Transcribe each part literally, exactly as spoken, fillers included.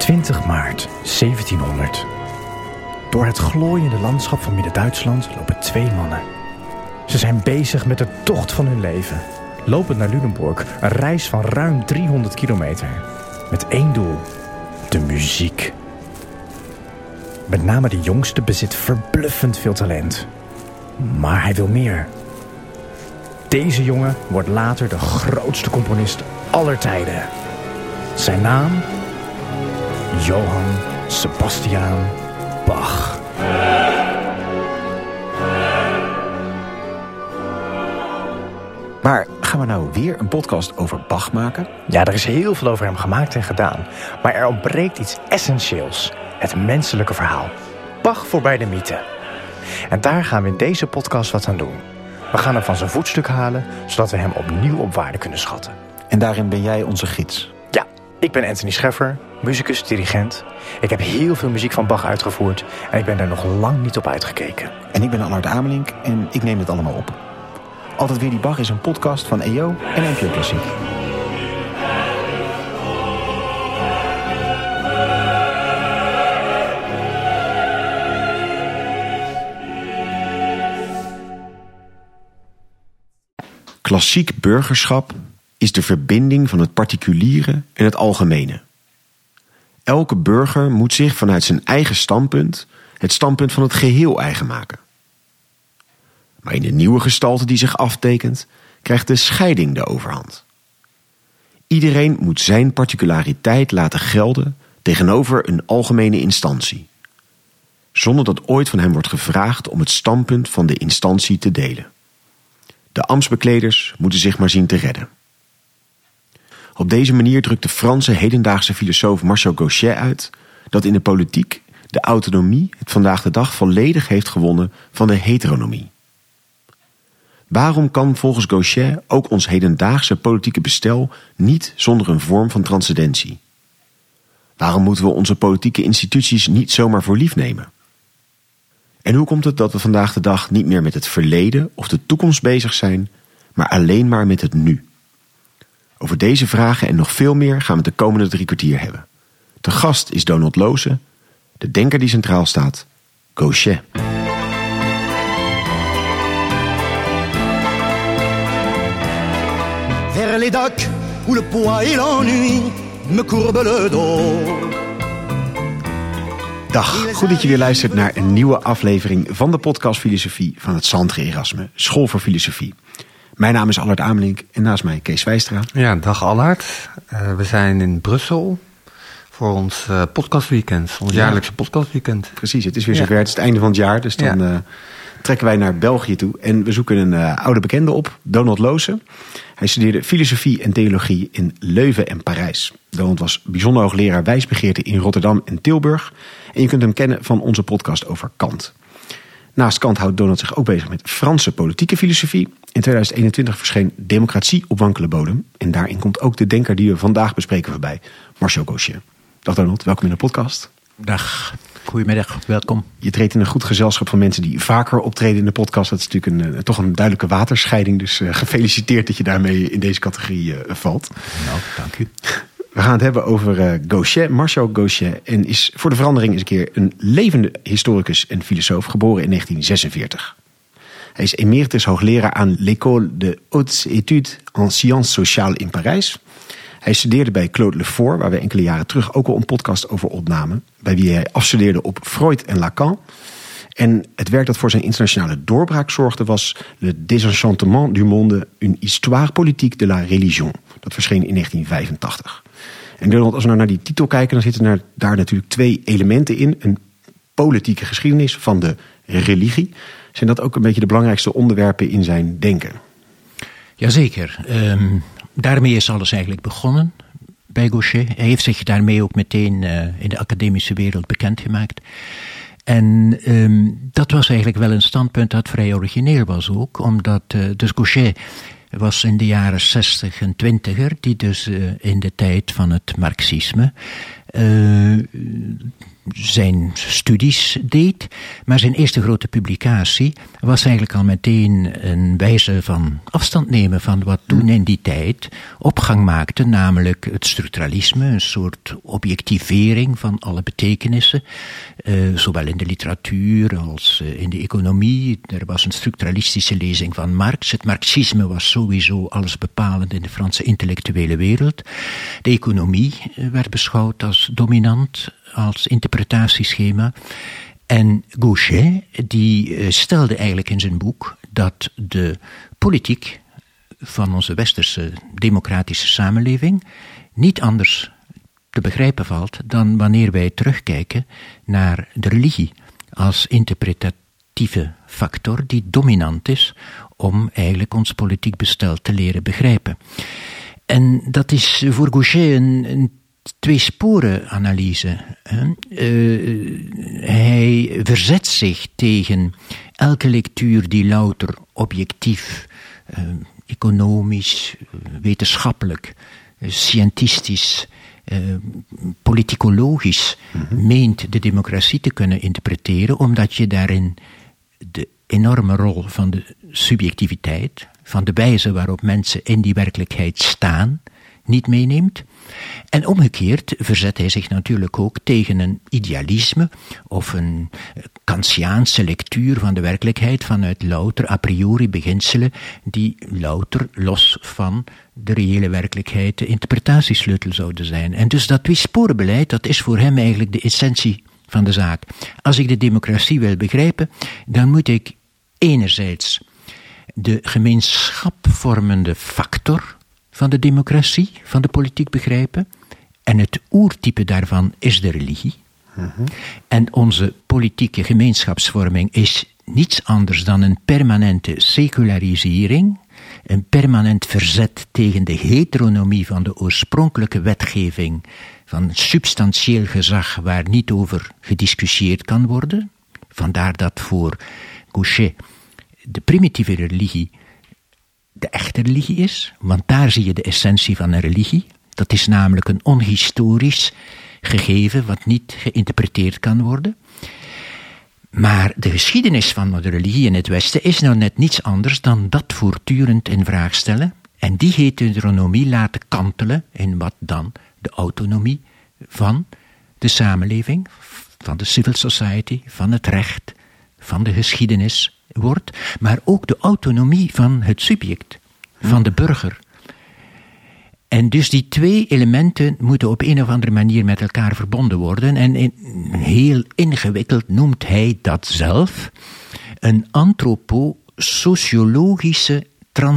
twintig maart zeventienhonderd. Door het glooiende landschap van Midden-Duitsland lopen twee mannen. Ze zijn bezig met de tocht van hun leven. Lopend naar Lunenburg, een reis van ruim driehonderd kilometer. Met één doel, de muziek. Met name de jongste bezit verbluffend veel talent. Maar hij wil meer. Deze jongen wordt later de grootste componist aller tijden. Zijn naam? Johann Sebastian Bach. Maar gaan we nou weer een podcast over Bach maken? Ja, er is heel veel over hem gemaakt en gedaan. Maar er ontbreekt iets essentieels. Het menselijke verhaal. Bach voorbij de mythe. En daar gaan we in deze podcast wat aan doen. We gaan hem van zijn voetstuk halen, zodat we hem opnieuw op waarde kunnen schatten. En daarin ben jij onze gids. Ja, ik ben Anthony Scheffer, muzikus, dirigent. Ik heb heel veel muziek van Bach uitgevoerd en ik ben daar nog lang niet op uitgekeken. En ik ben Allard Amelink en ik neem het allemaal op. Altijd weer die Bach is een podcast van E O en N P O Klassiek. Klassiek burgerschap is de verbinding van het particuliere en het algemene. Elke burger moet zich vanuit zijn eigen standpunt het standpunt van het geheel eigen maken. Maar in de nieuwe gestalte die zich aftekent, krijgt de scheiding de overhand. Iedereen moet zijn particulariteit laten gelden tegenover een algemene instantie, zonder dat ooit van hem wordt gevraagd om het standpunt van de instantie te delen. De ambtsbekleders moeten zich maar zien te redden. Op deze manier drukt de Franse hedendaagse filosoof Marcel Gauchet uit dat in de politiek de autonomie het vandaag de dag volledig heeft gewonnen van de heteronomie. Waarom kan volgens Gauchet ook ons hedendaagse politieke bestel niet zonder een vorm van transcendentie? Waarom moeten we onze politieke instituties niet zomaar voor lief nemen? En hoe komt het dat we vandaag de dag niet meer met het verleden of de toekomst bezig zijn, maar alleen maar met het nu? Over deze vragen en nog veel meer gaan we het de komende drie kwartier hebben. Te gast is Donald Looze, de denker die centraal staat, Gauchet. Vers les docks où le poids et l'ennui me courbent le dos. Dag, goed dat je weer luistert naar een nieuwe aflevering van de podcast Filosofie van het Centre Erasme, School voor Filosofie. Mijn naam is Allard Amelink en naast mij Kees Wijstra. Ja, dag Allard. Uh, we zijn in Brussel voor ons uh, podcastweekend, ons ja. jaarlijkse podcastweekend. Precies, het is weer zover, ja. Het is het einde van het jaar, dus dan ja. uh, trekken wij naar België toe. En we zoeken een uh, oude bekende op, Donald Looze. Hij studeerde filosofie en theologie in Leuven en Parijs. Donald was bijzonder hoogleraar wijsbegeerte in Rotterdam en Tilburg. En je kunt hem kennen van onze podcast over Kant. Naast Kant houdt Donald zich ook bezig met Franse politieke filosofie. In tweeduizend eenentwintig verscheen Democratie op wankele bodem. En daarin komt ook de denker die we vandaag bespreken voorbij, Marcel Gauchet. Dag Donald, welkom in de podcast. Dag, goedemiddag, welkom. Je treedt in een goed gezelschap van mensen die vaker optreden in de podcast. Dat is natuurlijk een, toch een duidelijke waterscheiding. Dus uh, gefeliciteerd dat je daarmee in deze categorie uh, valt. Nou, dank u. We gaan het hebben over uh, Gauchet, Marcel Gauchet. En is voor de verandering eens een keer een levende historicus en filosoof, geboren in negentien zesenveertig. Hij is emeritus hoogleraar aan l'École de Hautes Études en Sciences Sociales in Parijs. Hij studeerde bij Claude Lefort, waar we enkele jaren terug ook al een podcast over opnamen, bij wie hij afstudeerde op Freud en Lacan. En het werk dat voor zijn internationale doorbraak zorgde was Le Désenchantement du Monde, une histoire politique de la religion. Dat verscheen in negentien vijfentachtig. En Donald, als we nou naar die titel kijken, dan zitten er daar natuurlijk twee elementen in. Een politieke geschiedenis van de religie. Zijn dat ook een beetje de belangrijkste onderwerpen in zijn denken? Jazeker. Um, daarmee is alles eigenlijk begonnen bij Gauchet. Hij heeft zich daarmee ook meteen uh, in de academische wereld bekendgemaakt. En um, dat was eigenlijk wel een standpunt dat vrij origineel was ook. Omdat uh, dus Gauchet was in de jaren zestig een twintiger, die dus uh, in de tijd van het marxisme uh, zijn studies deed. Maar zijn eerste grote publicatie was eigenlijk al meteen een wijze van afstand nemen van wat toen in die tijd opgang maakte, namelijk het structuralisme, een soort objectivering van alle betekenissen, uh, zowel in de literatuur als uh, in de economie. Er was een structuralistische lezing van Marx. Het marxisme was sowieso alles bepalend in de Franse intellectuele wereld. De economie werd beschouwd als dominant, als interpretatieschema. En Gauchet, die stelde eigenlijk in zijn boek dat de politiek van onze westerse democratische samenleving niet anders te begrijpen valt dan wanneer wij terugkijken naar de religie als interpretatieve factor die dominant is om eigenlijk ons politiek bestel te leren begrijpen. En dat is voor Gauchet een, een tweesporenanalyse. Uh, hij verzet zich tegen elke lectuur die louter objectief, uh, economisch, wetenschappelijk, uh, scientistisch, uh, politicologisch mm-hmm. meent de democratie te kunnen interpreteren, omdat je daarin de enorme rol van de subjectiviteit, van de wijze waarop mensen in die werkelijkheid staan, niet meeneemt. En omgekeerd verzet hij zich natuurlijk ook tegen een idealisme of een Kantiaanse lectuur van de werkelijkheid vanuit louter a priori beginselen die louter los van de reële werkelijkheid de interpretatiesleutel zouden zijn. En dus dat tweesporenbeleid, dat is voor hem eigenlijk de essentie van de zaak. Als ik de democratie wil begrijpen, dan moet ik enerzijds de gemeenschapvormende factor van de democratie, van de politiek begrijpen. En het oertype daarvan is de religie. Mm-hmm. En onze politieke gemeenschapsvorming is niets anders dan een permanente secularisering, een permanent verzet tegen de heteronomie van de oorspronkelijke wetgeving, van substantieel gezag waar niet over gediscussieerd kan worden. Vandaar dat voor Gauchet de primitieve religie de echte religie is, want daar zie je de essentie van een religie. Dat is namelijk een onhistorisch gegeven wat niet geïnterpreteerd kan worden. Maar de geschiedenis van de religie in het Westen is nou net niets anders dan dat voortdurend in vraag stellen en die heteronomie laten kantelen in wat dan de autonomie van de samenleving, van de civil society, van het recht, van de geschiedenis wordt, maar ook de autonomie van het subject, van de burger. En dus die twee elementen moeten op een of andere manier met elkaar verbonden worden. En in, heel ingewikkeld noemt hij dat zelf een antroposociologische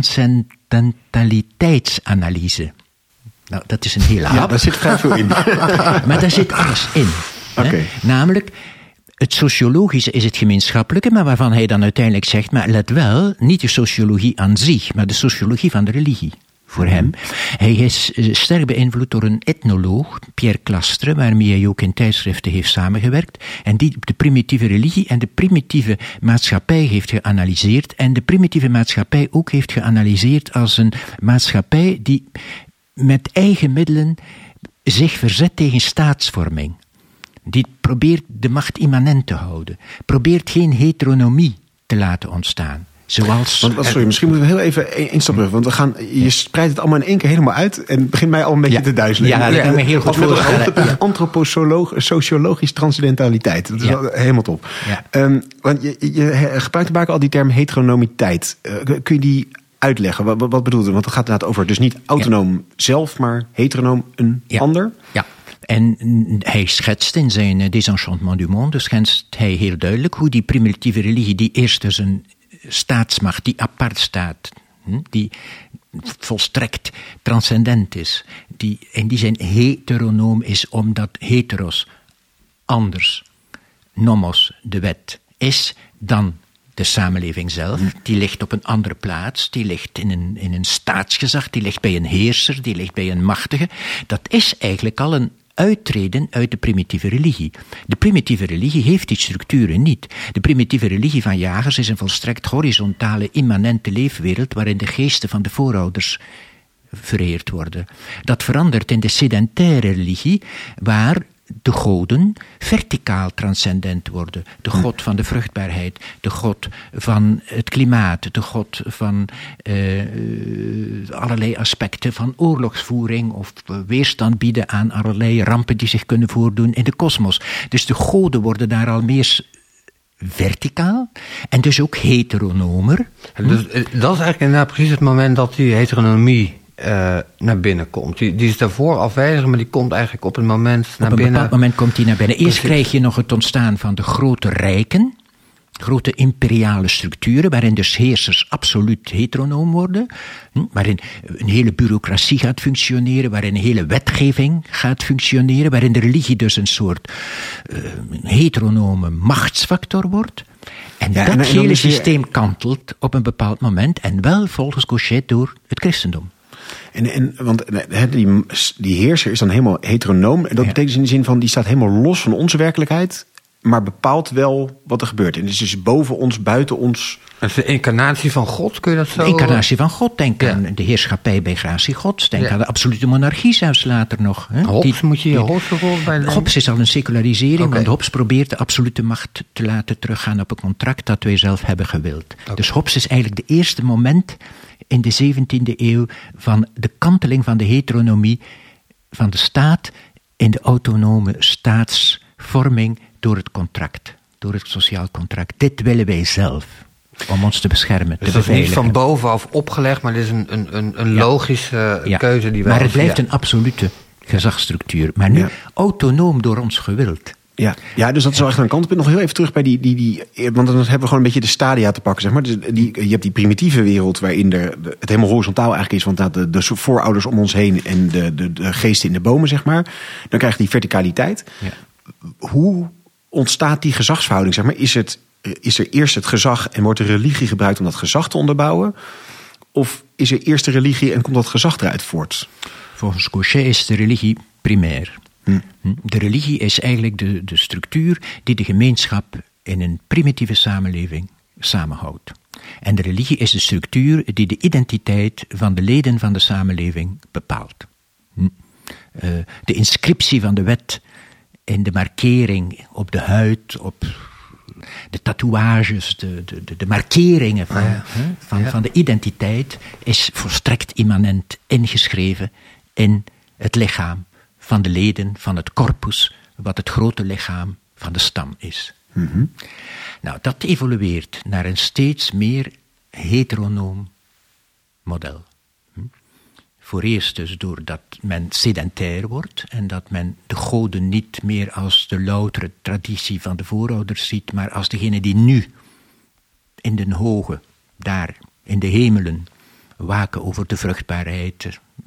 transcendentaliteitsanalyse. Nou, dat is een hele hap. Ja, daar zit vrij veel in. Maar daar zit alles in. Okay. Namelijk, het sociologische is het gemeenschappelijke, maar waarvan hij dan uiteindelijk zegt, maar let wel, niet de sociologie aan zich, maar de sociologie van de religie. Voor hem. Hij is sterk beïnvloed door een etnoloog, Pierre Clastre, waarmee hij ook in tijdschriften heeft samengewerkt, en die de primitieve religie en de primitieve maatschappij heeft geanalyseerd, en de primitieve maatschappij ook heeft geanalyseerd als een maatschappij die met eigen middelen zich verzet tegen staatsvorming. Die probeert de macht immanent te houden. Probeert geen heteronomie te laten ontstaan. Zoals... Want, sorry, misschien moeten we heel even één stap terug. Want we gaan, je spreidt het allemaal in één keer helemaal uit. En het begint mij al een beetje ja. te duizelen. Ja, dat kan me heel goed voorstellen. Antroposociologisch transcendentaliteit. Dat is ja. wel helemaal top. Ja. Um, want je, je gebruikt vaak al die term heteronomiteit. Uh, kun je die uitleggen? Wat, wat bedoelt het? Want het gaat inderdaad over dus niet autonoom ja. zelf, maar heteronoom een ja. ander. Ja. En hij schetst in zijn Désenchantement du Monde, schetst hij heel duidelijk hoe die primitieve religie, die eerst dus een staatsmacht, die apart staat, die volstrekt transcendent is, die in die zin heteronoom is, omdat heteros anders, nomos de wet is, dan de samenleving zelf. Die ligt op een andere plaats, die ligt in een, in een staatsgezag, die ligt bij een heerser, die ligt bij een machtige. Dat is eigenlijk al een uittreden uit de primitieve religie. De primitieve religie heeft die structuren niet. De primitieve religie van jagers is een volstrekt horizontale, immanente leefwereld waarin de geesten van de voorouders vereerd worden. Dat verandert in de sedentaire religie, waar de goden verticaal transcendent worden. De god van de vruchtbaarheid, de god van het klimaat, de god van uh, allerlei aspecten van oorlogsvoering of weerstand bieden aan allerlei rampen die zich kunnen voordoen in de kosmos. Dus de goden worden daar al meer verticaal en dus ook heteronomer. Hm? Dus, dat is eigenlijk inderdaad precies het moment dat die heteronomie Uh, naar binnen komt. Die, die is daarvoor afwezig, maar die komt eigenlijk op een moment naar binnen. Op een bepaald moment komt die naar binnen. Eerst krijg je nog het ontstaan van de grote rijken, grote imperiale structuren, waarin dus heersers absoluut heteronoom worden, hm, waarin een hele bureaucratie gaat functioneren, waarin een hele wetgeving gaat functioneren, waarin de religie dus een soort uh, heteronome machtsfactor wordt. En ja, dat en, en hele je... systeem kantelt op een bepaald moment, en wel volgens Gauchet door het christendom. En, en, want die, die heerser is dan helemaal heteronoom. En dat ja. betekent in de zin van, die staat helemaal los van onze werkelijkheid, maar bepaalt wel wat er gebeurt. En het is dus boven ons, buiten ons. Het is de incarnatie van God, kun je dat zo... De incarnatie van God, denk ja. aan de heerschappij bij gratie Gods. Denk ja. aan de absolute monarchie zelfs later nog. Hè? Hobbes, die, moet je je Hobbes bijvoorbeeld bij nemen? Hobbes is al een secularisering, okay. want Hobbes probeert de absolute macht te laten teruggaan op een contract dat wij zelf hebben gewild. Okay. Dus Hobbes is eigenlijk de eerste moment in de zeventiende eeuw van de kanteling van de heteronomie van de staat in de autonome staatsvorming door het contract, door het sociaal contract. Dit willen wij zelf, om ons te beschermen, dus te het is niet van beveiligen. bovenaf opgelegd, maar dit is een, een, een, een ja. logische ja. keuze die wij... Maar het blijft ja. een absolute gezagsstructuur, maar nu ja. autonoom door ons gewild. Ja, ja, dus dat is wel echt een kantelpunt. Nog heel even terug bij die, die, die... Want dan hebben we gewoon een beetje de stadia te pakken, zeg maar. Dus die, je hebt die primitieve wereld waarin er, het helemaal horizontaal eigenlijk is, want de, de voorouders om ons heen en de, de, de geesten in de bomen, zeg maar. Dan krijg je die verticaliteit. Ja. Hoe ontstaat die gezagsverhouding, zeg maar? Is, het, is er eerst het gezag en wordt de religie gebruikt om dat gezag te onderbouwen? Of is er eerst de religie en komt dat gezag eruit voort? Volgens Gauchet is de religie primair. Hm. De religie is eigenlijk de, de structuur die de gemeenschap in een primitieve samenleving samenhoudt. En de religie is de structuur die de identiteit van de leden van de samenleving bepaalt. Hm. Uh, de inscriptie van de wet in de markering op de huid, op de tatoeages, de, de, de, de markeringen van, ja. hè, van, ja. van de identiteit is volstrekt immanent ingeschreven in het lichaam van de leden van het corpus, wat het grote lichaam van de stam is. Mm-hmm. Nou, dat evolueert naar een steeds meer heteronoom model. Hm? Voor eerst dus doordat men sedentair wordt en dat men de goden niet meer als de loutere traditie van de voorouders ziet, maar als degene die nu in den hoge, daar in de hemelen, waken over de vruchtbaarheid,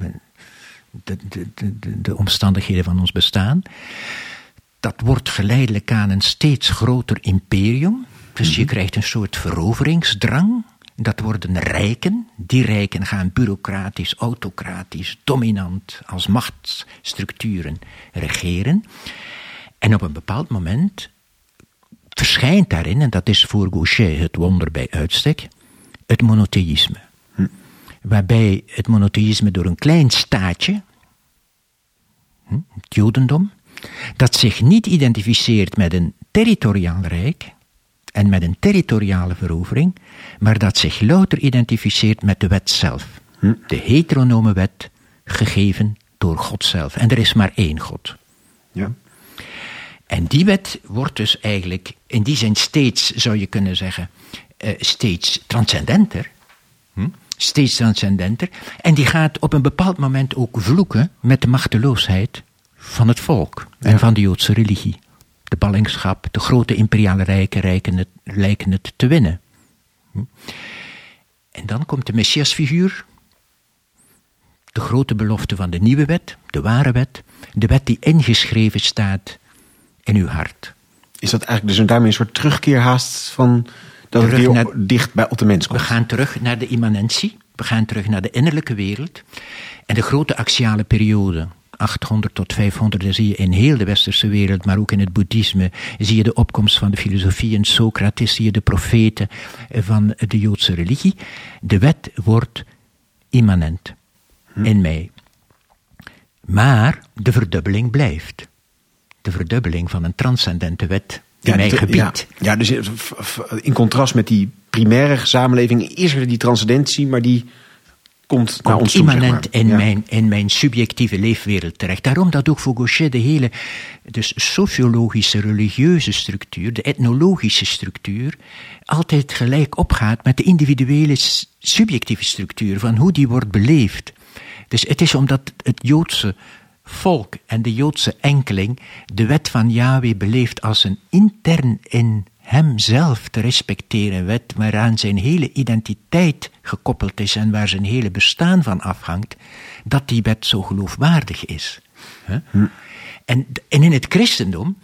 De, de, de, de omstandigheden van ons bestaan. Dat wordt geleidelijk aan een steeds groter imperium. Dus mm-hmm. je krijgt een soort veroveringsdrang. Dat worden rijken. Die rijken gaan bureaucratisch, autocratisch, dominant als machtsstructuren regeren. En op een bepaald moment verschijnt daarin, en dat is voor Gauchet het wonder bij uitstek, het monotheïsme. Waarbij het monotheïsme door een klein staatje, het Jodendom, dat zich niet identificeert met een territoriaal rijk en met een territoriale verovering, maar dat zich louter identificeert met de wet zelf. De heteronome wet, gegeven door God zelf. En er is maar één God. Ja. En die wet wordt dus eigenlijk in die zin steeds, zou je kunnen zeggen, uh, steeds transcendenter. Hm? Steeds transcendenter. En die gaat op een bepaald moment ook vloeken met de machteloosheid van het volk en ja. van de Joodse religie. De ballingschap, de grote imperiale rijken lijken het, lijken het te winnen. Hm? En dan komt de Messiasfiguur, de grote belofte van de nieuwe wet, de ware wet, de wet die ingeschreven staat in uw hart. Is dat eigenlijk dus daarmee een soort terugkeer haast van dat terug het weer naar, dicht bij op de mens komt? We gaan terug naar de immanentie, we gaan terug naar de innerlijke wereld. En de grote axiale periode, achthonderd tot vijfhonderd, daar zie je in heel de westerse wereld, maar ook in het boeddhisme, zie je de opkomst van de filosofieën, Socrates, zie je de profeten van de Joodse religie. De wet wordt immanent hm. in mij. Maar de verdubbeling blijft. de verdubbeling van een transcendente wet die ja, mij de, gebiedt. Ja, ja, dus in contrast met die primaire samenleving is er die transcendentie, maar die komt, komt naar ons toe, immanent zeg maar. in, ja. mijn, in mijn subjectieve leefwereld terecht. Daarom dat ook voor Gauchet de hele dus sociologische, religieuze structuur, de etnologische structuur, altijd gelijk opgaat met de individuele subjectieve structuur van hoe die wordt beleefd. Dus het is omdat het Joodse volk en de Joodse enkeling de wet van Yahweh beleeft als een intern in hemzelf te respecteren wet, waaraan zijn hele identiteit gekoppeld is en waar zijn hele bestaan van afhangt, dat die wet zo geloofwaardig is. Huh? Hm. En, en in het christendom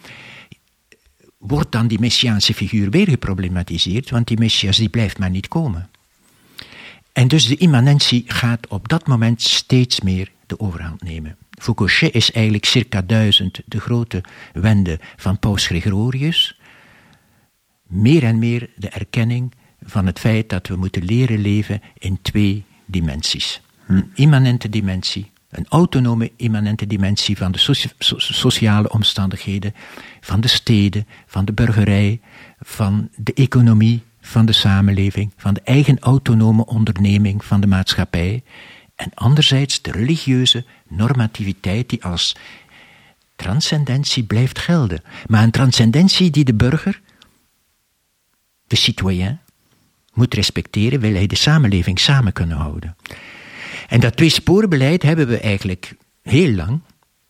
wordt dan die messiaanse figuur weer geproblematiseerd, want die messias die blijft maar niet komen. En dus de immanentie gaat op dat moment steeds meer de overhand nemen. Voor Gauchet is eigenlijk circa duizend de grote wende van Paus Gregorius meer en meer de erkenning van het feit dat we moeten leren leven in twee dimensies. Een immanente dimensie, een autonome immanente dimensie van de socia- so- sociale omstandigheden, van de steden, van de burgerij, van de economie, van de samenleving, van de eigen autonome onderneming van de maatschappij. En anderzijds de religieuze normativiteit die als transcendentie blijft gelden. Maar een transcendentie die de burger, de citoyen, moet respecteren, wil hij de samenleving samen kunnen houden. En dat tweesporenbeleid hebben we eigenlijk heel lang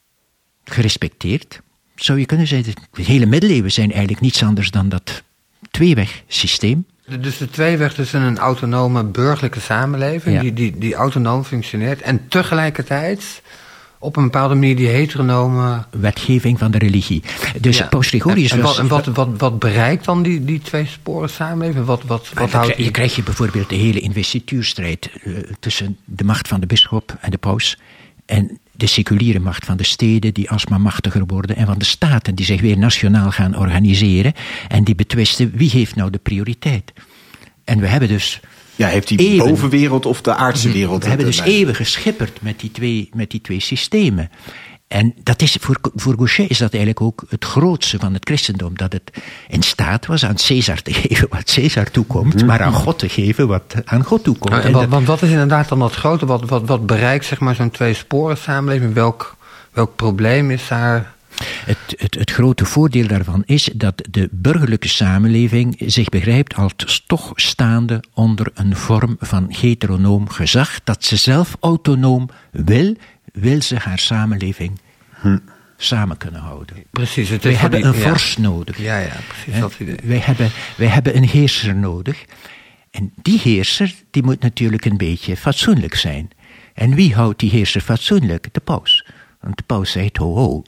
gerespecteerd. Zou je kunnen zeggen, de hele middeleeuwen zijn eigenlijk niets anders dan dat tweewegsysteem. Dus de tweeweg tussen een autonome burgerlijke samenleving, Ja. die, die, die autonoom functioneert, en tegelijkertijd op een bepaalde manier die heteronome Wetgeving van de religie. Dus ja. Paus Gregorius en, was... en wat, en wat, wat, wat bereikt dan die, die twee sporen samenleving? Wat, wat, wat houdt je, die? je krijg je bijvoorbeeld de hele investituurstrijd uh, tussen de macht van de bisschop en de paus en de seculiere macht van de steden die alsmaar machtiger worden en van de staten die zich weer nationaal gaan organiseren en die betwisten wie heeft nou de prioriteit. En we hebben dus Ja, heeft die eeuwen, bovenwereld of de aardse wereld? we hebben dus erbij? eeuwen geschipperd met die twee, met die twee systemen. En dat is, voor, voor Gauchet is dat eigenlijk ook het grootste van het christendom. Dat het in staat was aan Caesar te geven wat Caesar toekomt, mm-hmm. maar aan God te geven wat aan God toekomt. En en wat, dat, want wat is inderdaad dan dat grote? Wat, wat, wat bereikt zeg maar, zo'n twee sporen samenleving? Welk, welk probleem is daar? Het, het, het grote voordeel daarvan is dat de burgerlijke samenleving zich begrijpt als toch staande onder een vorm van heteronoom gezag, dat ze zelf autonoom wil, wil ze haar samenleving hm. samen kunnen houden. Precies. Het wij is hebben die, een ja. vorst nodig. Ja, ja, precies He? dat idee. Wij hebben, wij hebben een heerser nodig. En die heerser die moet natuurlijk een beetje fatsoenlijk zijn. En wie houdt die heerser fatsoenlijk? De paus. Want de paus zegt, ho ho,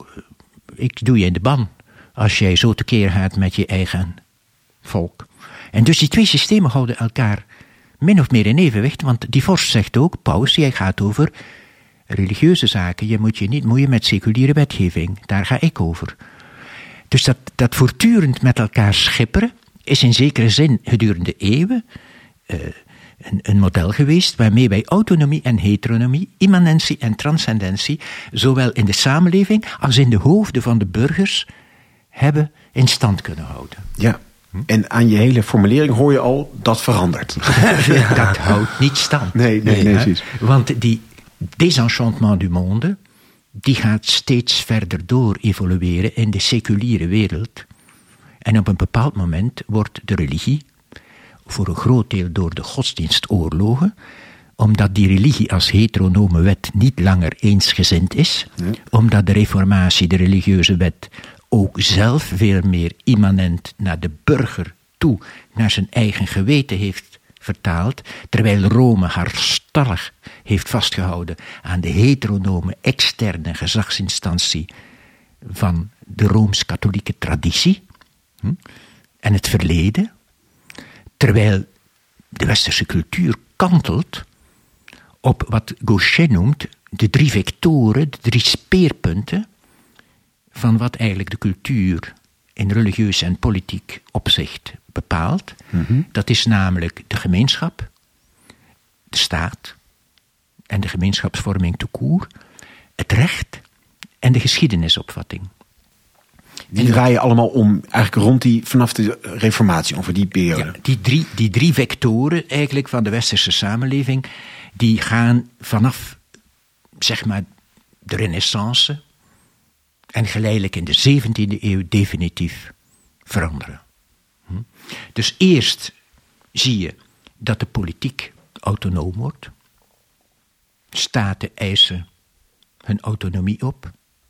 ik doe je in de ban als jij zo tekeer gaat met je eigen volk. En dus die twee systemen houden elkaar min of meer in evenwicht, want die vorst zegt ook, paus, jij gaat over religieuze zaken, je moet je niet moeien met seculiere wetgeving, daar ga ik over. Dus dat, dat voortdurend met elkaar schipperen is in zekere zin gedurende eeuwen uh, een, een model geweest waarmee wij autonomie en heteronomie, immanentie en transcendentie, zowel in de samenleving als in de hoofden van de burgers hebben in stand kunnen houden. Ja, en aan je hele formulering hoor je al, dat verandert. Ja. Dat houdt niet stand. Nee, nee, nee, precies. Want die désenchantement du monde, die gaat steeds verder door evolueren in de seculiere wereld. En op een bepaald moment wordt de religie, voor een groot deel door de godsdienstoorlogen, omdat die religie als heteronome wet niet langer eensgezind is, ja. Omdat de reformatie, de religieuze wet, ook zelf veel meer immanent naar de burger toe, naar zijn eigen geweten heeft vertaald, terwijl Rome harstallig heeft vastgehouden aan de heteronome externe gezagsinstantie van de Rooms-katholieke traditie hm, en het verleden, terwijl de westerse cultuur kantelt op wat Gauchet noemt de drie vectoren, de drie speerpunten van wat eigenlijk de cultuur in religieus en politiek opzicht bepaalt. Mm-hmm. Dat is namelijk de gemeenschap, de staat en de gemeenschapsvorming tout court, het recht en de geschiedenisopvatting. Die draaien allemaal om, eigenlijk rond die, vanaf de reformatie, over die periode. Ja, die, drie, die drie vectoren eigenlijk van de westerse samenleving, die gaan vanaf, zeg maar, de Renaissance en geleidelijk in de zeventiende eeuw definitief veranderen. Hm? Dus eerst zie je dat de politiek autonoom wordt. Staten eisen hun autonomie op.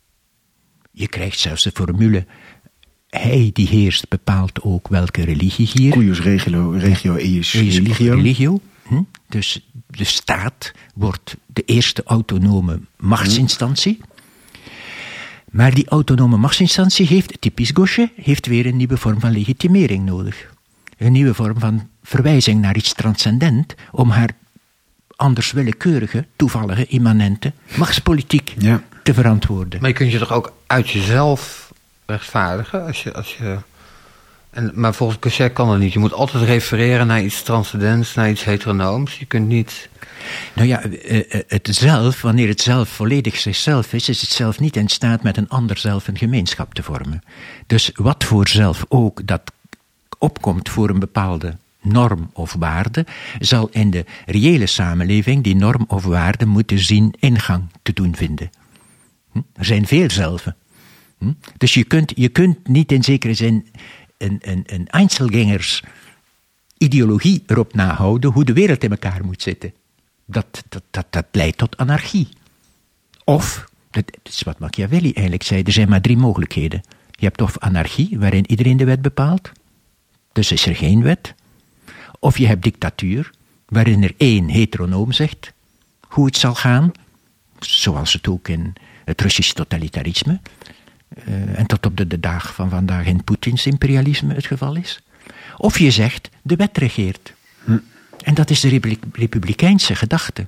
Je krijgt zelfs de formule, hij die heerst bepaalt ook welke religie hier. Cuius regio, regio eius religio. religio. Hm? Dus de staat wordt de eerste autonome machtsinstantie. Maar die autonome machtsinstantie heeft, typisch Gaucher, heeft weer een nieuwe vorm van legitimering nodig. Een nieuwe vorm van verwijzing naar iets transcendent om haar anders willekeurige, toevallige, immanente machtspolitiek Ja. te verantwoorden. Maar je kunt je toch ook uit jezelf rechtvaardigen? Als je, als je, en, maar volgens Gaucher kan dat niet. Je moet altijd refereren naar iets transcendents, naar iets heteronooms. Je kunt niet... Nou ja, het zelf, wanneer het zelf volledig zichzelf is, is het zelf niet in staat met een ander zelf een gemeenschap te vormen. Dus wat voor zelf ook dat opkomt voor een bepaalde norm of waarde, zal in de reële samenleving die norm of waarde moeten zien ingang te doen vinden. Hm? Er zijn veel zelven. Hm? Dus je kunt, je kunt niet in zekere zin een, een, een Einzelgängers ideologie erop nahouden hoe de wereld in elkaar moet zitten. Dat, dat, dat, dat leidt tot anarchie. Of, dat is wat Machiavelli eigenlijk zei, er zijn maar drie mogelijkheden. Je hebt of anarchie, waarin iedereen de wet bepaalt, dus is er geen wet. Of je hebt dictatuur, waarin er één heteronoom zegt hoe het zal gaan, zoals het ook in het Russisch totalitarisme, uh, en tot op de, de dag van vandaag in Poetins imperialisme het geval is. Of je zegt, de wet regeert. Hm. En dat is de republi- republikeinse gedachte.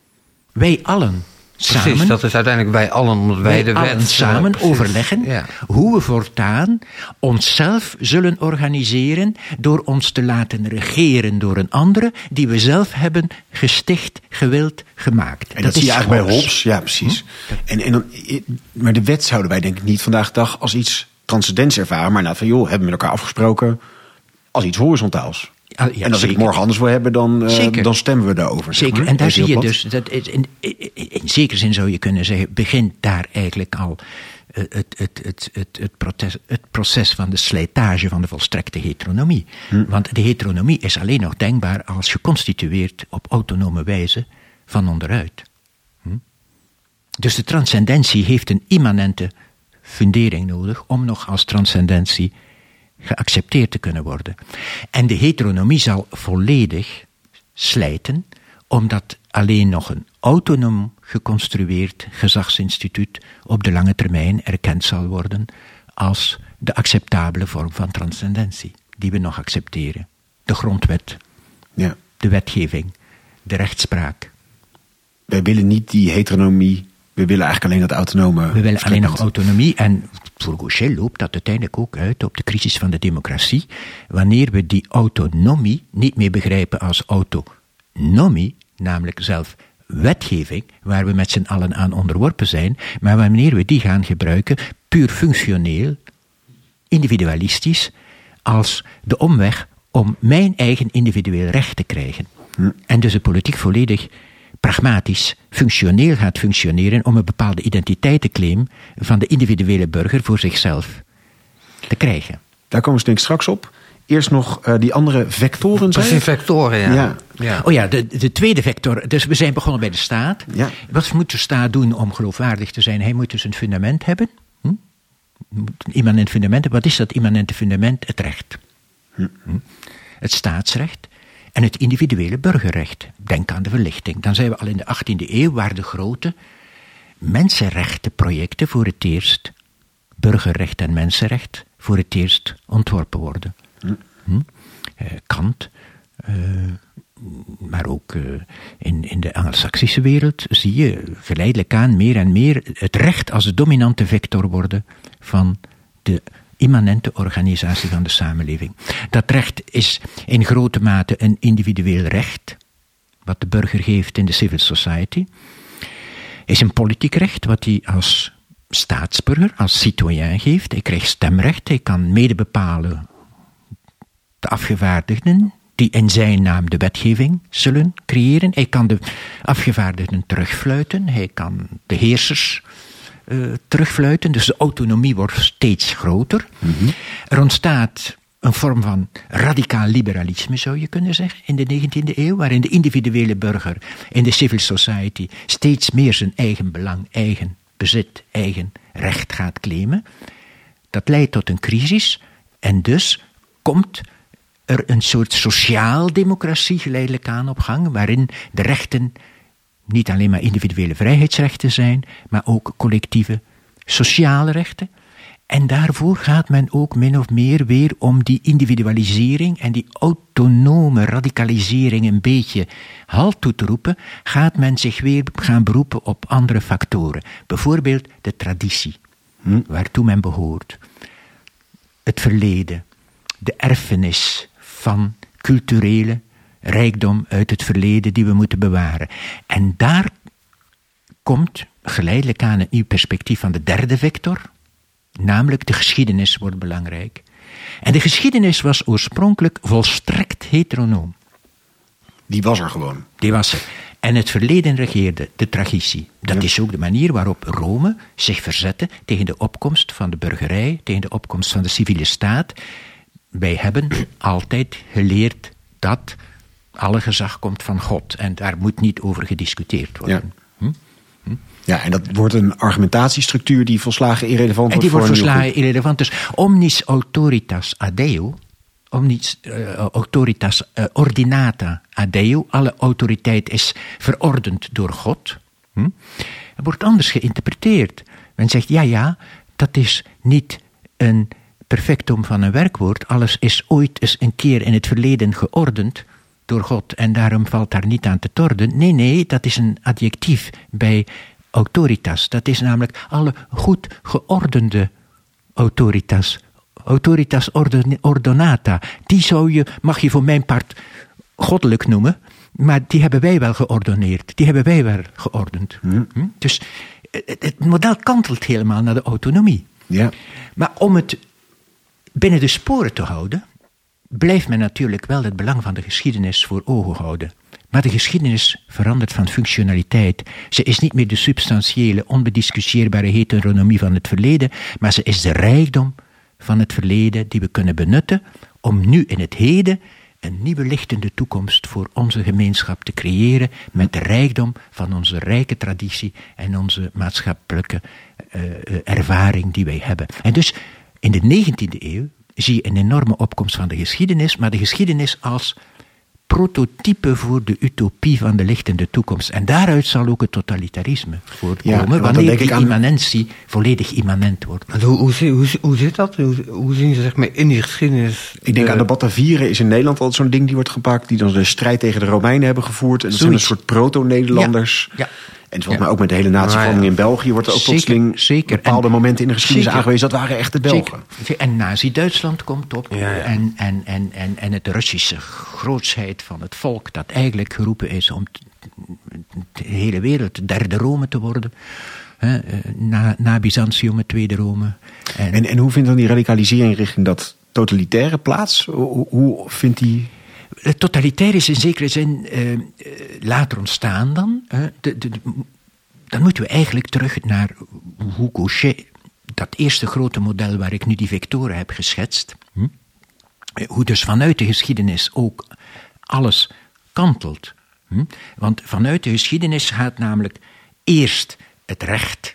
Wij allen samen... Precies, dat is uiteindelijk wij allen, omdat wij, wij de allen wet... samen precies. overleggen Ja. hoe we voortaan onszelf zullen organiseren door ons te laten regeren door een andere die we zelf hebben gesticht, gewild, gemaakt. En dat, zie je eigenlijk bij Hobbes. Hobbes, ja precies. Hm? En, en dan, maar de wet zouden wij denk ik niet vandaag de dag als iets transcendents ervaren, maar nou van joh, hebben we met elkaar afgesproken als iets horizontaals. Ja, ja, en als zeker. ik het morgen anders wil hebben, dan, uh, dan stemmen we daarover. Zeker, zeg maar. en daar Even zie je heel dus, dat is in, in, in zekere zin zou je kunnen zeggen, begint daar eigenlijk al uh, het, het, het, het, het, proces, het proces van de slijtage van de volstrekte heteronomie. Hm. Want de heteronomie is alleen nog denkbaar als geconstitueerd op autonome wijze van onderuit. Hm? Dus de transcendentie heeft een immanente fundering nodig om nog als transcendentie geaccepteerd te kunnen worden. En de heteronomie zal volledig slijten, omdat alleen nog een autonoom geconstrueerd gezagsinstituut op de lange termijn erkend zal worden als de acceptabele vorm van transcendentie, die we nog accepteren. De grondwet, ja. de wetgeving, de rechtspraak. Wij willen niet die heteronomie, we willen eigenlijk alleen dat autonome... We willen alleen nog autonomie en voor Gaucher loopt dat uiteindelijk ook uit op de crisis van de democratie, wanneer we die autonomie niet meer begrijpen als autonomie, namelijk zelf wetgeving, waar we met z'n allen aan onderworpen zijn, maar wanneer we die gaan gebruiken, puur functioneel, individualistisch, als de omweg om mijn eigen individueel recht te krijgen. Hm. En dus de politiek volledig pragmatisch, functioneel gaat functioneren om een bepaalde identiteitsclaim van de individuele burger voor zichzelf te krijgen. Daar komen we denk ik straks op. Eerst nog uh, die andere vectoren. Precies, vectoren, ja. ja. ja. Oh ja, de, de tweede vector. Dus we zijn begonnen bij de staat. Ja. Wat moet de staat doen om geloofwaardig te zijn? Hij moet dus een fundament hebben. Hm? Moet een immanent fundament hebben. Wat is dat immanente fundament? Het recht. Hm. Hm? Het staatsrecht. En het individuele burgerrecht. Denk aan de verlichting. Dan zijn we al in de achttiende eeuw, waar de grote mensenrechtenprojecten voor het eerst, burgerrecht en mensenrecht, voor het eerst ontworpen worden. Hm. Hm? Uh, Kant, uh, maar ook uh, in, in de Angelsaksische wereld zie je geleidelijk aan meer en meer het recht als de dominante vector worden van de immanente organisatie van de samenleving. Dat recht is in grote mate een individueel recht, wat de burger geeft in de civil society, is een politiek recht, wat hij als staatsburger, als citoyen geeft. Hij krijgt stemrecht, hij kan mede bepalen de afgevaardigden die in zijn naam de wetgeving zullen creëren. Hij kan de afgevaardigden terugfluiten, hij kan de heersers uh, terugfluiten, dus de autonomie wordt steeds groter. Mm-hmm. Er ontstaat een vorm van radicaal liberalisme, zou je kunnen zeggen, in de negentiende eeuw, waarin de individuele burger in de civil society steeds meer zijn eigen belang, eigen bezit, eigen recht gaat claimen. Dat leidt tot een crisis en dus komt er een soort sociaaldemocratie geleidelijk aan op gang, waarin de rechten niet alleen maar individuele vrijheidsrechten zijn, maar ook collectieve sociale rechten. En daarvoor gaat men ook min of meer weer om die individualisering en die autonome radicalisering een beetje halt toe te roepen, gaat men zich weer gaan beroepen op andere factoren. Bijvoorbeeld de traditie, hm. waartoe men behoort. Het verleden, de erfenis van culturele rijkdom uit het verleden die we moeten bewaren. En daar komt geleidelijk aan een nieuw perspectief van de derde vector, namelijk de geschiedenis wordt belangrijk. En de geschiedenis was oorspronkelijk volstrekt heteronoom. Die was er gewoon. Die was er. En het verleden regeerde, de tragicie. Dat ja. is ook de manier waarop Rome zich verzette tegen de opkomst van de burgerij, tegen de opkomst van de civiele staat. Wij hebben altijd geleerd dat alle gezag komt van God. En daar moet niet over gediscuteerd worden. Ja. Hm? Hm? Ja, en dat wordt een argumentatiestructuur die volslagen irrelevant en wordt. Die voor wordt volslagen irrelevant. Dus omnis autoritas ad Deo, omnis uh, autoritas uh, ordinata ad Deo, alle autoriteit is verordend door God. Hm? Het wordt anders geïnterpreteerd. Men zegt, ja, ja, dat is niet een perfectum van een werkwoord. Alles is ooit eens een keer in het verleden geordend door God en daarom valt daar niet aan te torden. Nee, nee, dat is een adjectief bij autoritas. Dat is namelijk alle goed geordende autoritas. Autoritas ordonata. Die zou je, mag je voor mijn part goddelijk noemen, maar die hebben wij wel geordoneerd. Die hebben wij wel geordend. Hm? Hm? Dus het model kantelt helemaal naar de autonomie. Ja. Maar om het binnen de sporen te houden, blijft men natuurlijk wel het belang van de geschiedenis voor ogen houden. Maar de geschiedenis verandert van functionaliteit. Ze is niet meer de substantiële, onbediscussieerbare heteronomie van het verleden, maar ze is de rijkdom van het verleden die we kunnen benutten om nu in het heden een nieuwe lichtende toekomst voor onze gemeenschap te creëren met de rijkdom van onze rijke traditie en onze maatschappelijke uh, ervaring die wij hebben. En dus in de negentiende eeuw zie je een enorme opkomst van de geschiedenis, maar de geschiedenis als prototype voor de utopie van de lichtende toekomst. En daaruit zal ook het totalitarisme voortkomen, ja, wanneer die aan immanentie volledig immanent wordt. Hoe, hoe, hoe, hoe zit dat? Hoe, hoe zien ze zeg maar in die geschiedenis? Ik denk de... aan de Batavieren is in Nederland altijd zo'n ding die wordt gepakt, die dan de strijd tegen de Romeinen hebben gevoerd. En dat Zoiets. zijn een soort proto-Nederlanders. Ja. Ja. En volgens ja. mij ook met de hele natievorming ja. in België wordt er ook zeker, plotseling zeker. bepaalde en, momenten in de geschiedenis zeker. aangewezen. Dat waren echt de Belgen. Zeker. En Nazi-Duitsland komt op. Ja, ja. En, en, en, en, en het Russische grootsheid van het volk dat eigenlijk geroepen is om t, de hele wereld de derde Rome te worden. He, na, na Byzantium het tweede Rome. En, en, en hoe vindt dan die radicalisering richting dat totalitaire plaats? Hoe, hoe vindt die... Het totalitair is in zekere zin uh, later ontstaan dan. Uh, de, de, de, dan moeten we eigenlijk terug naar hoe Gauchet, dat eerste grote model waar ik nu die vectoren heb geschetst, hm? hoe dus vanuit de geschiedenis ook alles kantelt. Hm? Want vanuit de geschiedenis gaat namelijk eerst het recht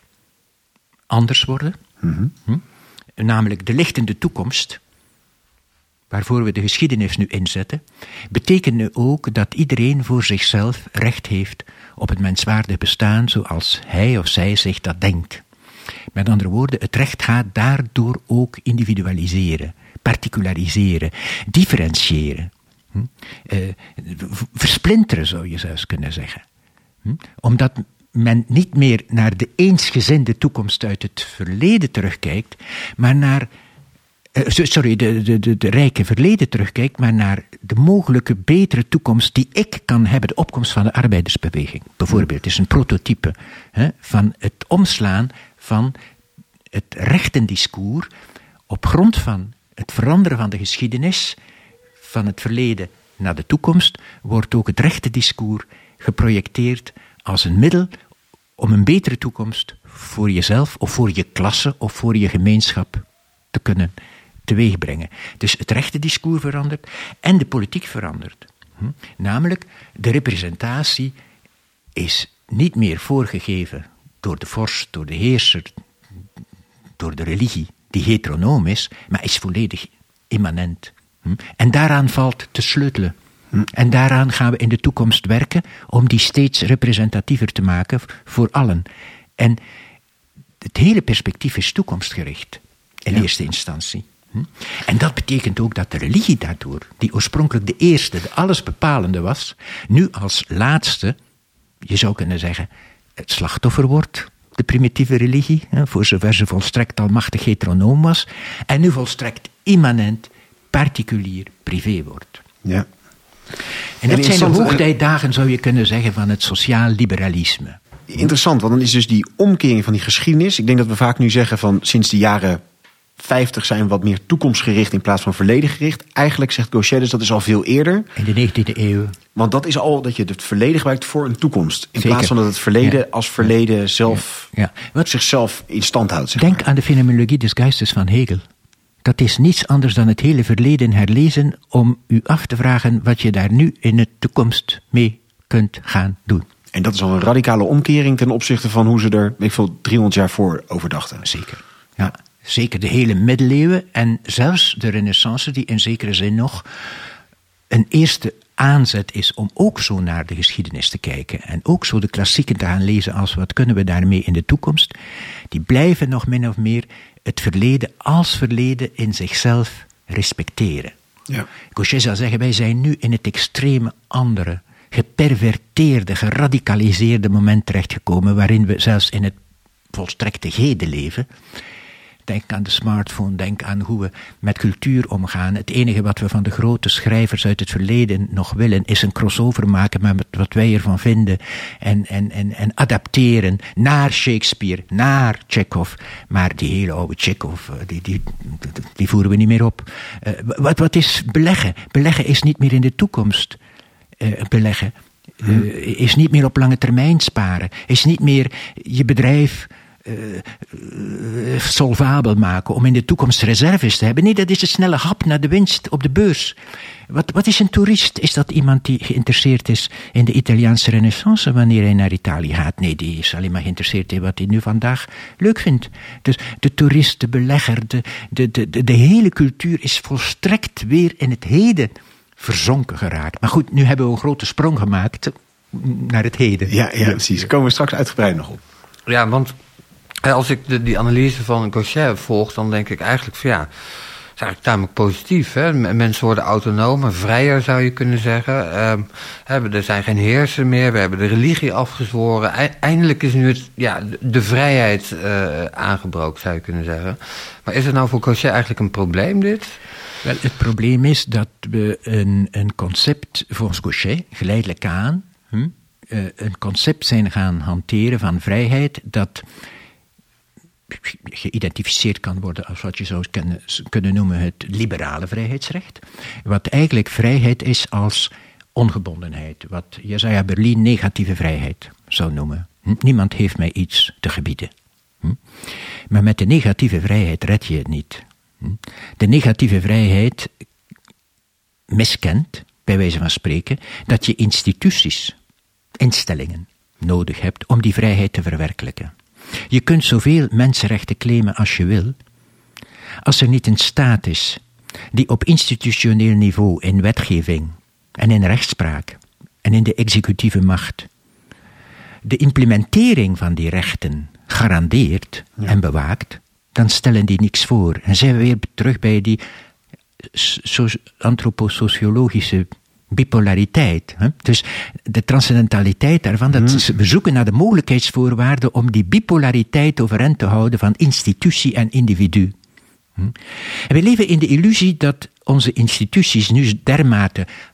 anders worden, mm-hmm. hm? namelijk de lichtende toekomst, waarvoor we de geschiedenis nu inzetten, betekent ook dat iedereen voor zichzelf recht heeft op het menswaardig bestaan zoals hij of zij zich dat denkt. Met andere woorden, het recht gaat daardoor ook individualiseren, particulariseren, differentiëren. Hm? Uh, versplinteren zou je zelfs kunnen zeggen. Hm? Omdat men niet meer naar de eensgezinde toekomst uit het verleden terugkijkt, maar naar Sorry, de, de, de, de rijke verleden terugkijkt, maar naar de mogelijke betere toekomst die ik kan hebben, de opkomst van de arbeidersbeweging. Bijvoorbeeld, het is een prototype hè, van het omslaan van het rechtendiscours op grond van het veranderen van de geschiedenis, van het verleden naar de toekomst, wordt ook het rechtendiscours geprojecteerd als een middel om een betere toekomst voor jezelf of voor je klasse of voor je gemeenschap te kunnen teweegbrengen. Dus het rechtendiscours verandert en de politiek verandert. Hm? Namelijk, de representatie is niet meer voorgegeven door de vorst, door de heerser, door de religie, die heteronoom is, maar is volledig immanent. Hm? En daaraan valt te sleutelen. Hm? En daaraan gaan we in de toekomst werken om die steeds representatiever te maken voor allen. En het hele perspectief is toekomstgericht, in ja. eerste instantie. Hm? En dat betekent ook dat de religie daardoor, die oorspronkelijk de eerste, de allesbepalende was, nu als laatste, je zou kunnen zeggen, het slachtoffer wordt, de primitieve religie, voor zover ze volstrekt almachtig heteronoom was, en nu volstrekt immanent, particulier, privé wordt. Ja. En dat zijn de hoogtijdagen, zou je kunnen zeggen, van het sociaal liberalisme. Interessant, want dan is dus die omkering van die geschiedenis, ik denk dat we vaak nu zeggen van sinds de jaren vijftig zijn we wat meer toekomstgericht in plaats van verledengericht. Eigenlijk zegt Gauchet dus dat is al veel eerder. In de negentiende eeuw. Want dat is al dat je het verleden gebruikt voor een toekomst. In Zeker. plaats van dat het verleden ja. als verleden ja. zelf ja. Ja. Wat, zichzelf in stand houdt. Zeg denk maar. aan de fenomenologie des geistes van Hegel. Dat is niets anders dan het hele verleden herlezen om u af te vragen wat je daar nu in de toekomst mee kunt gaan doen. En dat is al een radicale omkering ten opzichte van hoe ze er, weet ik veel, driehonderd jaar voor over dachten. Zeker, ja. Zeker de hele middeleeuwen en zelfs de Renaissance, die in zekere zin nog een eerste aanzet is om ook zo naar de geschiedenis te kijken en ook zo de klassieken te gaan lezen als wat kunnen we daarmee in de toekomst, die blijven nog min of meer het verleden als verleden in zichzelf respecteren. Ja. Gauchet zou zeggen, wij zijn nu in het extreme andere, geperverteerde, geradicaliseerde moment terechtgekomen waarin we zelfs in het volstrekte heden leven. Denk aan de smartphone, denk aan hoe we met cultuur omgaan. Het enige wat we van de grote schrijvers uit het verleden nog willen is een crossover maken met wat wij ervan vinden en, en, en, en adapteren naar Shakespeare, naar Chekhov. Maar die hele oude Chekhov, die, die, die voeren we niet meer op. Uh, wat, wat is beleggen? Beleggen is niet meer in de toekomst uh, beleggen. Uh, is niet meer op lange termijn sparen. Is niet meer je bedrijf Uh, uh, solvabel maken om in de toekomst reserves te hebben. Nee, dat is een snelle hap naar de winst op de beurs. Wat, wat is een toerist? Is dat iemand die geïnteresseerd is in de Italiaanse Renaissance wanneer hij naar Italië gaat? Nee, die is alleen maar geïnteresseerd in wat hij nu vandaag leuk vindt. Dus de toerist, de belegger, de, de, de, de, de hele cultuur is volstrekt weer in het heden verzonken geraakt. Maar goed, nu hebben we een grote sprong gemaakt naar het heden. Ja, ja precies. Daar komen we straks uitgebreid nog op. Ja, want als ik de, die analyse van Gauchet volg, dan denk ik eigenlijk van ja, het is eigenlijk tamelijk positief. Hè? Mensen worden autonomer, vrijer zou je kunnen zeggen. Um, er zijn geen heersen meer, we hebben de religie afgezworen. Eindelijk is nu het, ja, de vrijheid uh, aangebroken, zou je kunnen zeggen. Maar is het nou voor Gauchet eigenlijk een probleem, dit? Wel, het probleem is dat we een, een concept, volgens Gauchet, geleidelijk aan, hm, uh, een concept zijn gaan hanteren van vrijheid dat geïdentificeerd kan worden als wat je zou kunnen, kunnen noemen het liberale vrijheidsrecht. Wat eigenlijk vrijheid is als ongebondenheid. Wat Jesaja Berlin negatieve vrijheid zou noemen. Hm? Niemand heeft mij iets te gebieden. Hm? Maar met de negatieve vrijheid red je het niet. Hm? De negatieve vrijheid miskent, bij wijze van spreken, dat je instituties, instellingen nodig hebt om die vrijheid te verwerkelijken. Je kunt zoveel mensenrechten claimen als je wil. Als er niet een staat is die op institutioneel niveau in wetgeving en in rechtspraak en in de executieve macht de implementering van die rechten garandeert ja. en bewaakt, dan stellen die niks voor. En zijn we weer terug bij die so- antroposociologische bipolariteit. Hè? Dus de transcendentaliteit daarvan, dat mm. we zoeken naar de mogelijkheidsvoorwaarden om die bipolariteit overeind te houden van institutie en individu. Hm? En we leven in de illusie dat onze instituties nu dermate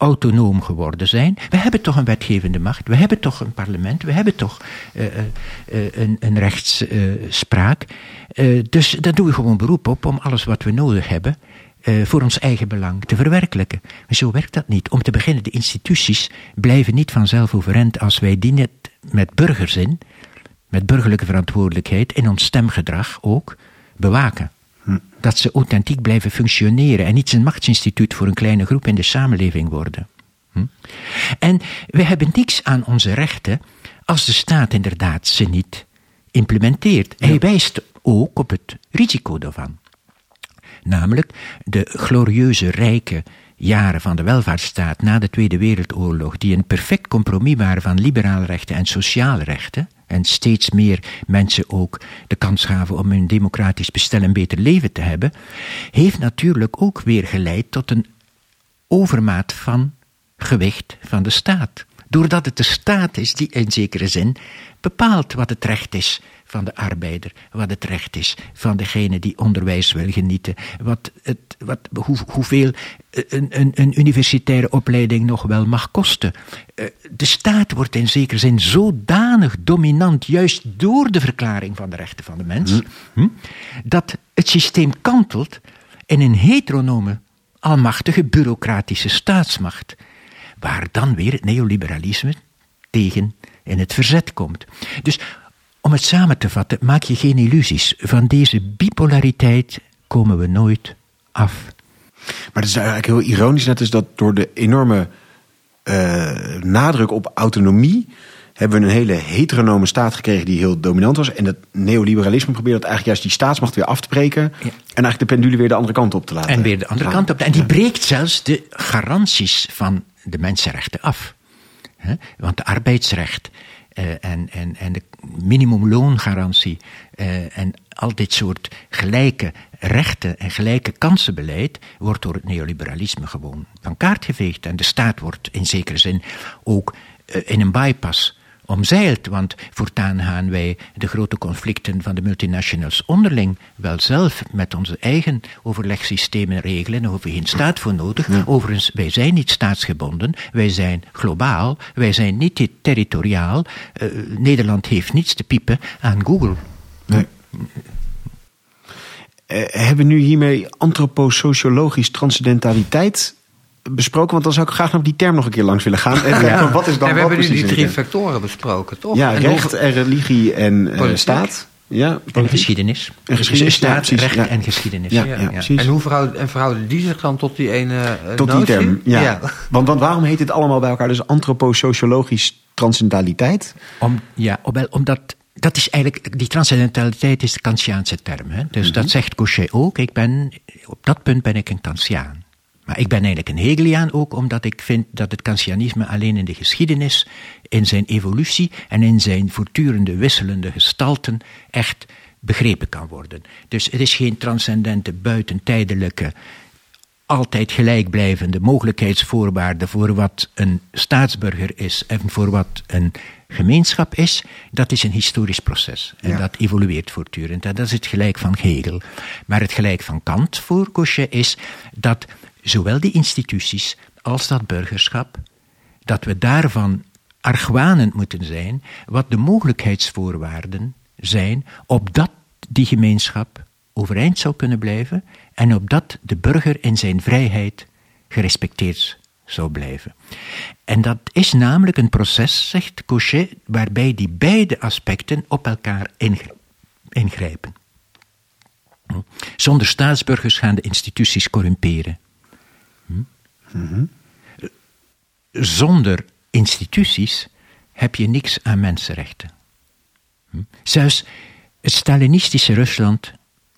autonoom geworden zijn. We hebben toch een wetgevende macht, we hebben toch een parlement, we hebben toch uh, uh, een, een rechtsspraak. Uh, dus daar doen we gewoon beroep op om alles wat we nodig hebben uh, voor ons eigen belang te verwerkelijken. Maar zo werkt dat niet. Om te beginnen, de instituties blijven niet vanzelf overeind als wij die net met burgerzin, met burgerlijke verantwoordelijkheid in ons stemgedrag ook bewaken. Hm. Dat ze authentiek blijven functioneren en niet een machtsinstituut voor een kleine groep in de samenleving worden. Hm? En we hebben niks aan onze rechten als de staat inderdaad ze niet implementeert. Ja. Hij wijst ook op het risico daarvan. Namelijk de glorieuze, rijke jaren van de welvaartsstaat na de Tweede Wereldoorlog, die een perfect compromis waren van liberale rechten en sociale rechten, en steeds meer mensen ook de kans gaven om een democratisch bestel en beter leven te hebben, heeft natuurlijk ook weer geleid tot een overmaat van gewicht van de staat. Doordat het de staat is die in zekere zin bepaalt wat het recht is van de arbeider, wat het recht is van degene die onderwijs wil genieten, wat het, wat, hoe, hoeveel een, een, een universitaire opleiding nog wel mag kosten. De staat wordt in zekere zin zodanig dominant, juist door de verklaring van de rechten van de mens, hm, dat het systeem kantelt in een heteronome, almachtige, bureaucratische staatsmacht, waar dan weer het neoliberalisme tegen in het verzet komt. Dus om het samen te vatten, maak je geen illusies. Van deze bipolariteit komen we nooit af. Maar het is eigenlijk heel ironisch, net is dat door de enorme uh, nadruk op autonomie hebben we een hele heteronome staat gekregen die heel dominant was. En dat neoliberalisme probeert dat eigenlijk juist die staatsmacht weer af te breken. Ja. En eigenlijk de pendule weer de andere kant op te laten. En weer de andere kant op. En die breekt zelfs de garanties van de mensenrechten af. He? Want de arbeidsrecht uh, en, en, en de minimumloongarantie uh, en al dit soort gelijke rechten en gelijke kansenbeleid wordt door het neoliberalisme gewoon van kaart geveegd. En de staat wordt in zekere zin ook uh, in een bypass omzeild, want voortaan gaan wij de grote conflicten van de multinationals onderling wel zelf met onze eigen overlegsystemen regelen. Daar hoeven we geen staat voor nodig. Ja. Overigens, wij zijn niet staatsgebonden, wij zijn globaal, wij zijn niet territoriaal. Uh, Nederland heeft niets te piepen aan Google. Nee. Uh, hebben we nu hiermee antroposociologisch transcendentaliteit besproken? Want dan zou ik graag nog die term nog een keer langs willen gaan. En ja. Wat is dan ja, we wat hebben nu die drie in? factoren besproken, toch? Ja, en recht hoeveel... en religie en uh, staat. Ja, en geschiedenis. En geschiedenis, dus staat, ja, recht ja. en geschiedenis. Ja, ja, ja, ja. En hoe verhouden, en verhouden die zich dan tot die ene uh, Tot notie? die term, ja. ja. Want, want waarom heet dit allemaal bij elkaar? Dus antroposociologisch transcendentaliteit? Om, ja, om, omdat... Dat is eigenlijk, die transcendentaliteit is de Kantiaanse term. Hè? Dus mm-hmm. dat zegt Gauchet ook. Ik ben, op dat punt ben ik een Kantiaan. Maar ik ben eigenlijk een Hegeliaan ook, omdat ik vind dat het Kantianisme alleen in de geschiedenis, in zijn evolutie en in zijn voortdurende wisselende gestalten echt begrepen kan worden. Dus het is geen transcendente, buitentijdelijke, altijd gelijkblijvende mogelijkheidsvoorwaarde voor wat een staatsburger is en voor wat een gemeenschap is. Dat is een historisch proces en ja. dat evolueert voortdurend. En dat is het gelijk van Hegel. Maar het gelijk van Kant voor Gauchet is dat zowel die instituties als dat burgerschap, dat we daarvan argwanend moeten zijn wat de mogelijkheidsvoorwaarden zijn opdat die gemeenschap overeind zou kunnen blijven en opdat de burger in zijn vrijheid gerespecteerd zou blijven. En dat is namelijk een proces, zegt Gauchet, waarbij die beide aspecten op elkaar ingrijpen. Zonder staatsburgers gaan de instituties corrumperen. Mm-hmm. Zonder instituties heb je niks aan mensenrechten. Zelfs het Stalinistische Rusland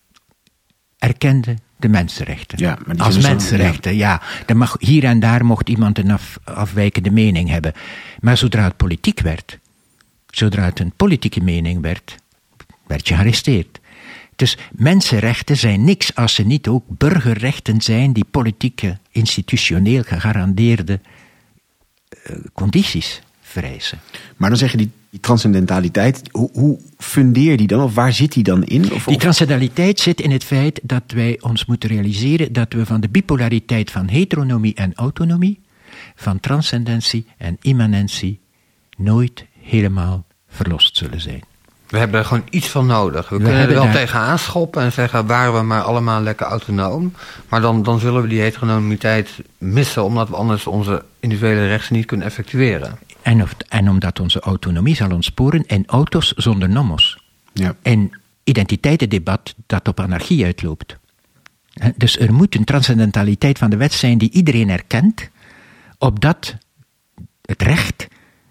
erkende de mensenrechten. Ja, maar die als mensenrechten, zo, ja. ja. Er mag, hier en daar mocht iemand een af, afwijkende mening hebben. Maar zodra het politiek werd, zodra het een politieke mening werd, werd je gearresteerd. Dus mensenrechten zijn niks als ze niet ook burgerrechten zijn die politieke, institutioneel gegarandeerde uh, condities vereisen. Maar dan zeg je die, die transcendentaliteit, hoe, hoe fundeer je die dan? Of waar zit die dan in? Of, die transcendentaliteit zit in het feit dat wij ons moeten realiseren dat we van de bipolariteit van heteronomie en autonomie, van transcendentie en immanentie nooit helemaal verlost zullen zijn. We hebben er gewoon iets van nodig. We, We kunnen er wel daar... tegenaan schoppen en zeggen, waren we maar allemaal lekker autonoom. Maar dan, dan zullen we die heteronomiteit missen, omdat we anders onze individuele rechten niet kunnen effectueren. En, of, en omdat onze autonomie zal ontsporen in auto's zonder nomos. Ja. Een identiteitendebat dat op anarchie uitloopt. Dus er moet een transcendentaliteit van de wet zijn die iedereen erkent, opdat het recht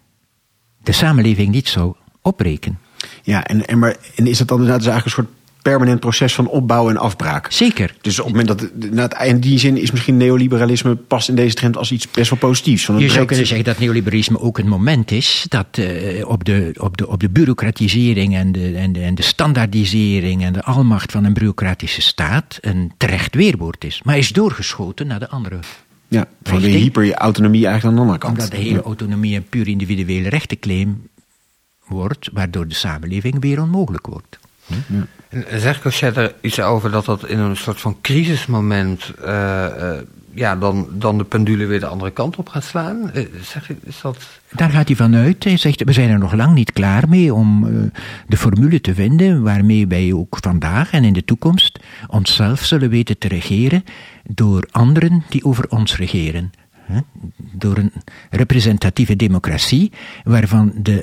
de samenleving niet zou opbreken. Ja, en, en, maar, en is dat dan inderdaad dus eigenlijk een soort permanent proces van opbouw en afbraak? Zeker. Dus op het moment dat, nou, in die zin is misschien neoliberalisme past in deze trend als iets best wel positiefs. Want het Je zou breekt... kunnen zeggen dat neoliberalisme ook een moment is dat uh, op, de, op, de, op de bureaucratisering en de, en, de, en de standaardisering en de almacht van een bureaucratische staat een terecht weerwoord is. Maar is doorgeschoten naar de andere. Ja, van de hyperautonomie eigenlijk aan de andere kant. Omdat de hele autonomie een puur individuele rechtenclaim wordt, waardoor de samenleving weer onmogelijk wordt. Hm? Ja. En zegt Gauchet er iets over dat dat in een soort van crisismoment uh, uh, ja, dan, dan de pendule weer de andere kant op gaat slaan? Uh, zeg, is dat... Daar gaat hij vanuit. Hij zegt, we zijn er nog lang niet klaar mee om uh, de formule te vinden waarmee wij ook vandaag en in de toekomst onszelf zullen weten te regeren door anderen die over ons regeren. Huh? Door een representatieve democratie waarvan de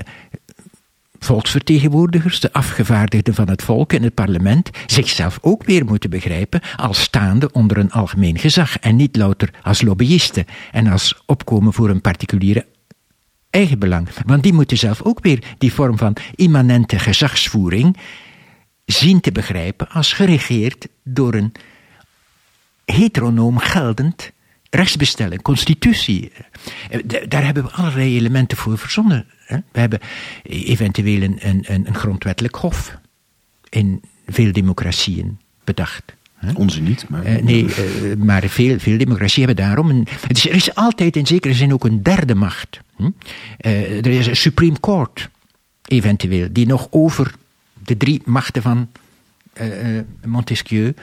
volksvertegenwoordigers, de afgevaardigden van het volk in het parlement, zichzelf ook weer moeten begrijpen als staande onder een algemeen gezag en niet louter als lobbyisten en als opkomen voor een particuliere eigenbelang. Want die moeten zelf ook weer die vorm van immanente gezagsvoering zien te begrijpen als geregeerd door een heteronoom geldend rechtsbestelling, constitutie. Daar hebben we allerlei elementen voor verzonnen. We hebben eventueel een, een, een grondwettelijk hof in veel democratieën bedacht. Onze niet, maar... Uh, nee, uh, maar veel, veel democratieën hebben daarom... Een, het is, er is altijd in zekere zin ook een derde macht. Hm? Uh, er is een Supreme Court, eventueel, die nog over de drie machten van uh, Montesquieu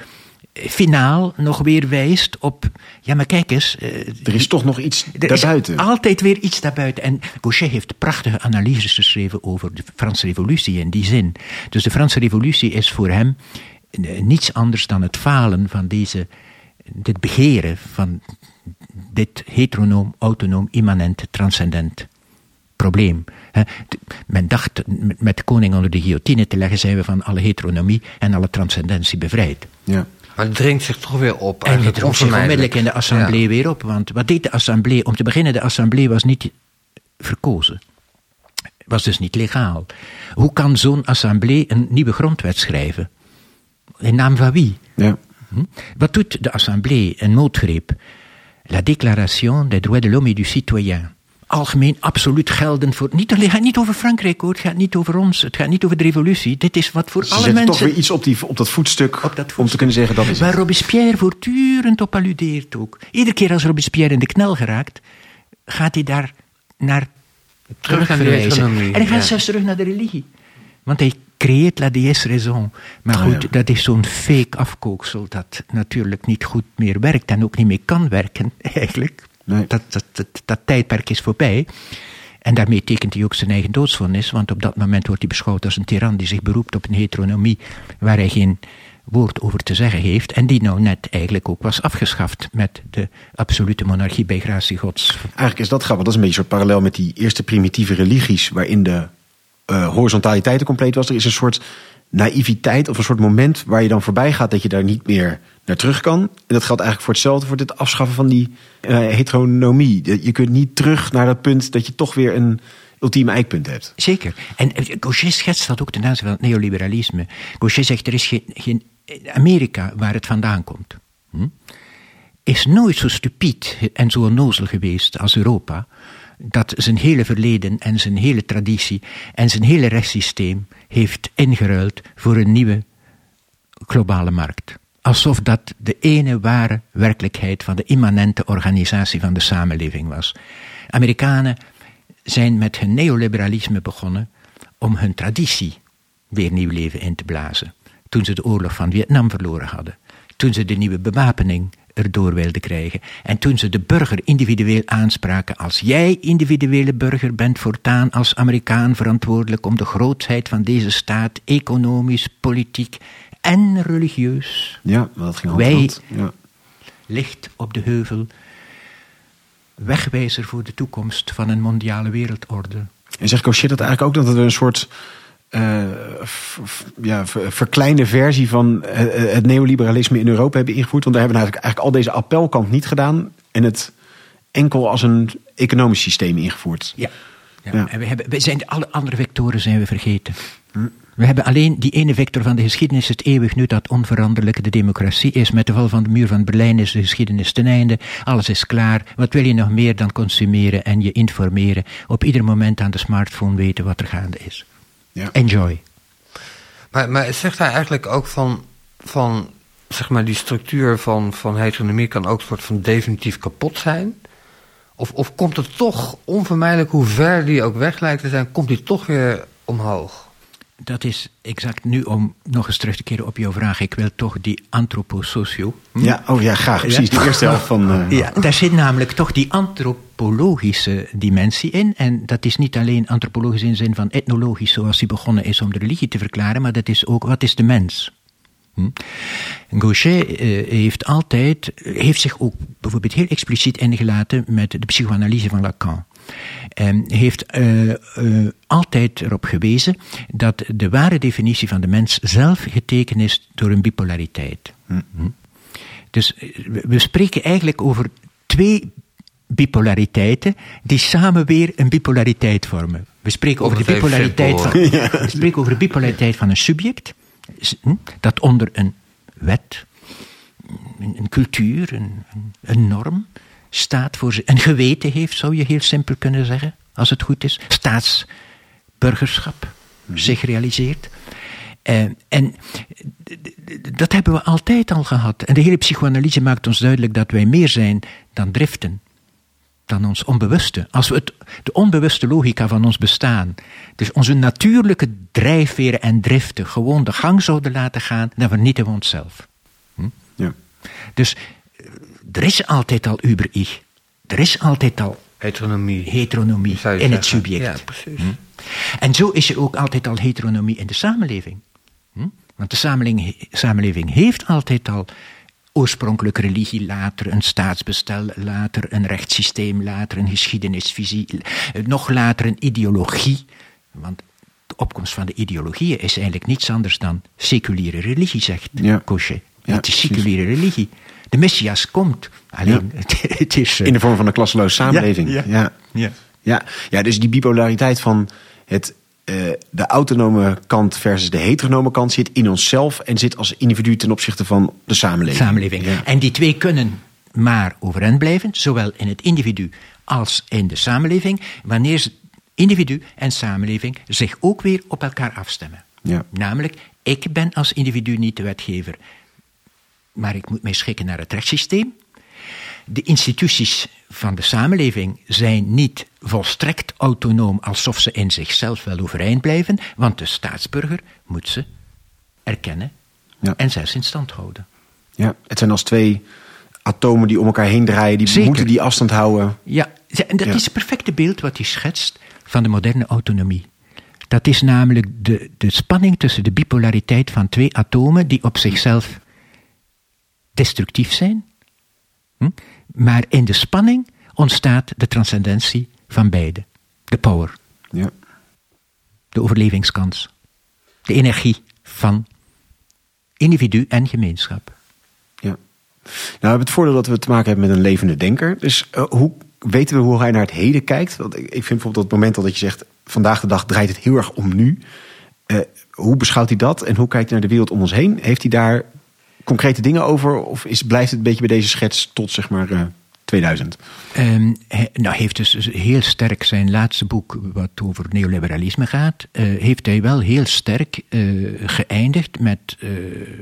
finaal nog weer wijst op... Ja, maar kijk eens... Uh, er is toch nog iets daarbuiten. Er is altijd weer iets daarbuiten. En Gauchet heeft prachtige analyses geschreven over de Franse revolutie in die zin. Dus de Franse revolutie is voor hem uh, niets anders dan het falen van deze... dit begeren van dit heteronoom, autonoom, immanent, transcendent probleem. He, men dacht met de koning onder de guillotine te leggen, zijn we van alle heteronomie en alle transcendentie bevrijd. Ja. Maar het dringt zich toch weer op. En het drong zich onmiddellijk in de assemblée ja. weer op. Want wat deed de assemblée? Om te beginnen, de assemblée was niet verkozen. Was dus niet legaal. Hoe kan zo'n assemblée een nieuwe grondwet schrijven? In naam van wie? Ja. Hm? Wat doet de assemblée? Een noodgreep. La Déclaration des droits de l'homme et du citoyen. Algemeen, absoluut geldend voor... Niet, het gaat niet over Frankrijk, hoor. Het gaat niet over ons. Het gaat niet over de revolutie. Dit is wat voor Ze alle mensen... toch weer iets op, die, op dat voetstuk, op dat voetstuk om te kunnen zeggen dat is waar het. Robespierre voortdurend op alludeert ook. Iedere keer als Robespierre in de knel geraakt, gaat hij daar naar terug verwijzen. En hij gaat ja. zelfs terug naar de religie. Want hij creëert la déesse raison. Maar goed, oh ja. dat is zo'n fake afkooksel dat natuurlijk niet goed meer werkt en ook niet meer kan werken, eigenlijk. Nee. Dat, dat, dat, dat tijdperk is voorbij. En daarmee tekent hij ook zijn eigen doodsvonnis, want op dat moment wordt hij beschouwd als een tiran die zich beroept op een heteronomie waar hij geen woord over te zeggen heeft en die nou net eigenlijk ook was afgeschaft met de absolute monarchie bij gratie gods. Eigenlijk is dat grappig, dat is een beetje een soort parallel met die eerste primitieve religies waarin de uh, horizontaliteit compleet was. Er is een soort naïviteit of een soort moment waar je dan voorbij gaat dat je daar niet meer naar terug kan. En dat geldt eigenlijk voor hetzelfde, voor dit afschaffen van die uh, heteronomie. Je kunt niet terug naar dat punt dat je toch weer een ultieme eikpunt hebt. Zeker. En Gauchet schetst dat ook ten aanzien van het neoliberalisme. Gauchet zegt, er is geen, geen Amerika waar het vandaan komt. Hm? Is nooit zo stupiet en zo onnozel geweest als Europa, dat zijn hele verleden en zijn hele traditie en zijn hele rechtssysteem heeft ingeruild voor een nieuwe globale markt. Alsof dat de ene ware werkelijkheid van de immanente organisatie van de samenleving was. Amerikanen zijn met hun neoliberalisme begonnen om hun traditie weer nieuw leven in te blazen. Toen ze de oorlog van Vietnam verloren hadden. toen ze de nieuwe bewapening erdoor wilden krijgen. En toen ze de burger individueel aanspraken als jij, individuele burger, bent voortaan als Amerikaan verantwoordelijk om de grootheid van deze staat, economisch, politiek en religieus. Ja, dat ging hand Wij, in hand. Ja. licht op de heuvel, wegwijzer voor de toekomst van een mondiale wereldorde. En zegt Gaucher dat eigenlijk ook, dat we een soort uh, f, f, ja, ver, verkleinde versie van uh, het neoliberalisme in Europa hebben ingevoerd? Want daar hebben we eigenlijk, eigenlijk al deze appelkant niet gedaan en het enkel als een economisch systeem ingevoerd. Ja, ja. Ja. En we, hebben, we zijn alle andere vectoren zijn we vergeten. Hm. We hebben alleen die ene vector van de geschiedenis, het eeuwig nu dat onveranderlijke de democratie is. Met de val van de muur van Berlijn is de geschiedenis ten einde. Alles is klaar. Wat wil je nog meer dan consumeren en je informeren? Op ieder moment aan de smartphone weten wat er gaande is. Ja. Enjoy. Maar, maar zegt hij eigenlijk ook van, van zeg maar die structuur van, van heteronomie kan ook een soort van definitief kapot zijn? Of, of komt het toch onvermijdelijk, hoe ver die ook weg lijkt te zijn, komt die toch weer omhoog? Dat is exact nu, om nog eens terug te keren op jouw vraag. Ik wil toch die antroposocio. Hm? Ja, oh ja, graag. Precies, Ja. de eerste helft van... Uh, Ja, daar zit namelijk toch die antropologische dimensie in. En dat is niet alleen antropologisch in de zin van etnologisch, zoals die begonnen is om de religie te verklaren, maar dat is ook, wat is de mens? Hm? Gaucher uh, heeft altijd, heeft zich ook bijvoorbeeld heel expliciet ingelaten met de psychoanalyse van Lacan. En heeft uh, uh, altijd erop gewezen dat de ware definitie van de mens zelf getekend is door een bipolariteit. Hm. Hm. Dus we, we spreken eigenlijk over twee bipolariteiten die samen weer een bipolariteit vormen. We spreken over, over de bipolariteit van, ja. we spreken over de bipolariteit van een subject, hm, dat onder een wet, een, een cultuur, een, een norm staat voor ze, een geweten heeft, zou je heel simpel kunnen zeggen, als het goed is. Staatsburgerschap mm. zich realiseert. Uh, en dat hebben we altijd al gehad. En de hele psychoanalyse maakt ons duidelijk dat wij meer zijn dan driften, dan ons onbewuste. Als we het, de onbewuste logica van ons bestaan, dus onze natuurlijke drijfveren en driften, gewoon de gang zouden laten gaan, dan vernietigen we onszelf. Hm? Ja. Dus er is altijd al uber-ich. Er is altijd al heteronomie, heteronomie in zeggen. Het subject. Ja, precies. Hm? En zo is er ook altijd al heteronomie in de samenleving. Hm? Want de samenleving, samenleving heeft altijd al oorspronkelijk religie, later een staatsbestel, later een rechtssysteem, later een geschiedenisvisie, nog later een ideologie. Want de opkomst van de ideologieën is eigenlijk niets anders dan seculiere religie, zegt ja. Gaucher. Ja, het is seculiere religie. De Messias komt. Alleen, ja. het, het is... Uh... in de vorm van een klasseloze samenleving. Ja, ja. ja. ja. ja. ja dus die bipolariteit van het, uh, de autonome kant versus de heteronome kant zit in onszelf en zit als individu ten opzichte van de samenleving. samenleving. Ja. En die twee kunnen maar overeind blijven, zowel in het individu als in de samenleving, wanneer individu en samenleving zich ook weer op elkaar afstemmen. Ja. Namelijk, ik ben als individu niet de wetgever, maar ik moet mij schikken naar het rechtssysteem. De instituties van de samenleving zijn niet volstrekt autonoom, alsof ze in zichzelf wel overeind blijven, want de staatsburger moet ze erkennen ja. en zelfs in stand houden. Ja, het zijn als twee atomen die om elkaar heen draaien, die Zeker. moeten die afstand houden. Ja, en dat ja. is het perfecte beeld wat hij schetst van de moderne autonomie. Dat is namelijk de, de spanning tussen de bipolariteit van twee atomen die op zichzelf destructief zijn. Hm? Maar in de spanning ontstaat de transcendentie van beide. De power. Ja. De overlevingskans. De energie van individu en gemeenschap. Ja. Nou, we hebben het voordeel dat we te maken hebben met een levende denker. Dus uh, hoe weten we hoe hij naar het heden kijkt? Want ik, ik vind bijvoorbeeld dat moment al dat je zegt, vandaag de dag draait het heel erg om nu. Uh, hoe beschouwt hij dat en hoe kijkt hij naar de wereld om ons heen? Heeft hij daar concrete dingen over? Of is, blijft het een beetje bij deze schets tot zeg maar uh, tweeduizend? Um, hij nou, heeft dus heel sterk zijn laatste boek, wat over neoliberalisme gaat, uh, heeft hij wel heel sterk uh, geëindigd met uh,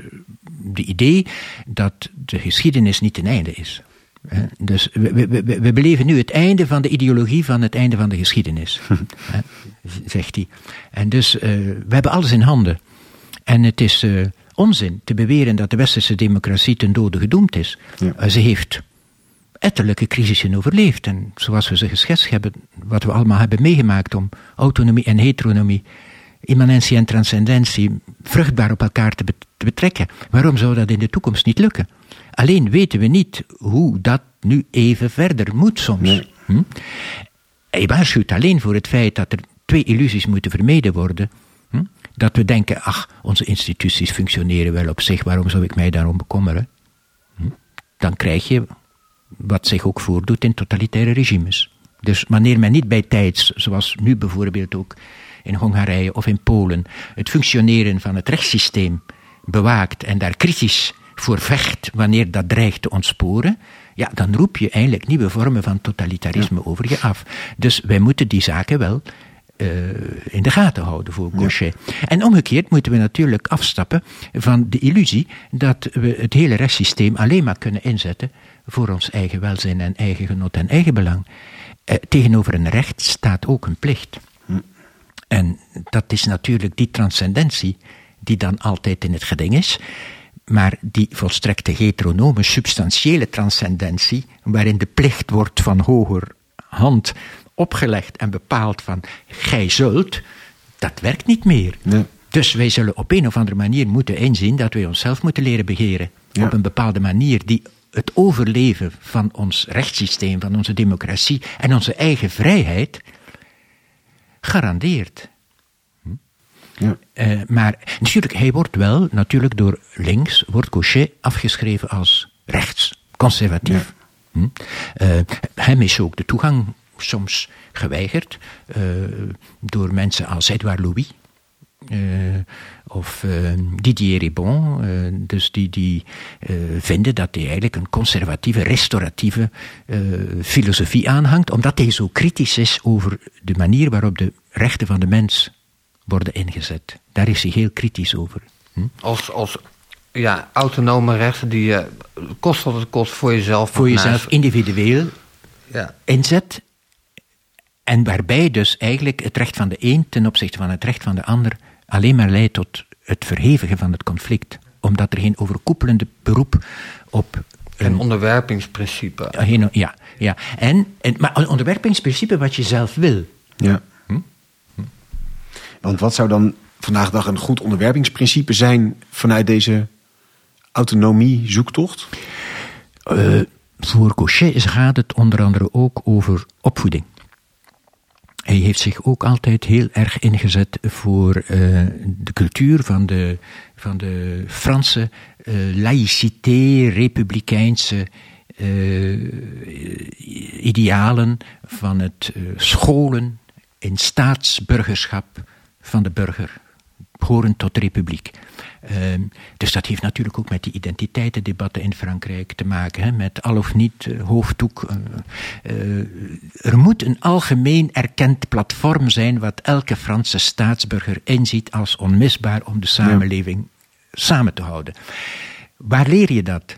de idee dat de geschiedenis niet ten einde is. Uh, dus we, we, we beleven nu het einde van de ideologie van het einde van de geschiedenis, uh, zegt hij. En dus uh, we hebben alles in handen. En het is uh, onzin te beweren dat de westerse democratie ten dode gedoemd is. Ja. Uh, ze heeft ettelijke crisissen overleefd. En zoals we ze geschetst hebben, wat we allemaal hebben meegemaakt om autonomie en heteronomie, immanentie en transcendentie vruchtbaar op elkaar te, be- te betrekken. Waarom zou dat in de toekomst niet lukken? Alleen weten we niet hoe dat nu even verder moet soms. Nee. Hm? Hij waarschuwt alleen voor het feit dat er twee illusies moeten vermeden worden. Hm? Dat we denken, ach, onze instituties functioneren wel op zich, waarom zou ik mij daarom bekommeren? Hm? Dan krijg je wat zich ook voordoet in totalitaire regimes. Dus wanneer men niet bij tijds, zoals nu bijvoorbeeld ook in Hongarije of in Polen, het functioneren van het rechtssysteem bewaakt en daar kritisch voor vecht wanneer dat dreigt te ontsporen, ja, dan roep je eigenlijk nieuwe vormen van totalitarisme ja. over je af. Dus wij moeten die zaken wel uh, in de gaten houden voor Gauchet. Ja. En omgekeerd moeten we natuurlijk afstappen van de illusie dat we het hele rechtssysteem alleen maar kunnen inzetten voor ons eigen welzijn en eigen genot en eigen belang. Uh, tegenover een recht staat ook een plicht. Hm. En dat is natuurlijk die transcendentie die dan altijd in het geding is, maar die volstrekte heteronome, substantiële transcendentie, waarin de plicht wordt van hoger hand opgelegd en bepaald van gij zult, dat werkt niet meer. Nee. Dus wij zullen op een of andere manier moeten inzien dat wij onszelf moeten leren beheren. Ja. Op een bepaalde manier die het overleven van ons rechtssysteem, van onze democratie en onze eigen vrijheid garandeert. Ja. Uh, maar natuurlijk, hij wordt wel, natuurlijk door links, wordt Gauchet afgeschreven als rechts, conservatief. Ja. Hm? Uh, hem is ook de toegang soms geweigerd uh, door mensen als Edouard Louis uh, of uh, Didier Ribon, uh, dus die, die uh, vinden dat hij eigenlijk een conservatieve, restauratieve uh, filosofie aanhangt, omdat hij zo kritisch is over de manier waarop de rechten van de mens worden ingezet. Daar is hij heel kritisch over. Hm? Als, als ja, autonome rechten die je kost wat het kost voor jezelf. Voor jezelf naast... individueel ja. inzet. En waarbij dus eigenlijk het recht van de een ten opzichte van het recht van de ander alleen maar leidt tot het verhevigen van het conflict. Omdat er geen overkoepelende beroep op een, een onderwerpingsprincipe. Geen, ja, ja. En, en, maar een onderwerpingsprincipe wat je zelf wil. Ja. Hm? Want wat zou dan vandaag de dag een goed onderwerpingsprincipe zijn vanuit deze autonomie-zoektocht? Uh, voor Gauchet gaat het onder andere ook over opvoeding. Hij heeft zich ook altijd heel erg ingezet voor uh, de cultuur van de, van de Franse uh, laïcité, republikeinse uh, idealen van het uh, scholen in staatsburgerschap van de burger, horend tot de republiek. Uh, dus dat heeft natuurlijk ook met die identiteitendebatten in Frankrijk te maken, hè, met al of niet uh, hoofddoek. Uh, uh, er moet een algemeen erkend platform zijn wat elke Franse staatsburger inziet als onmisbaar om de samenleving ja. samen te houden. Waar leer je dat?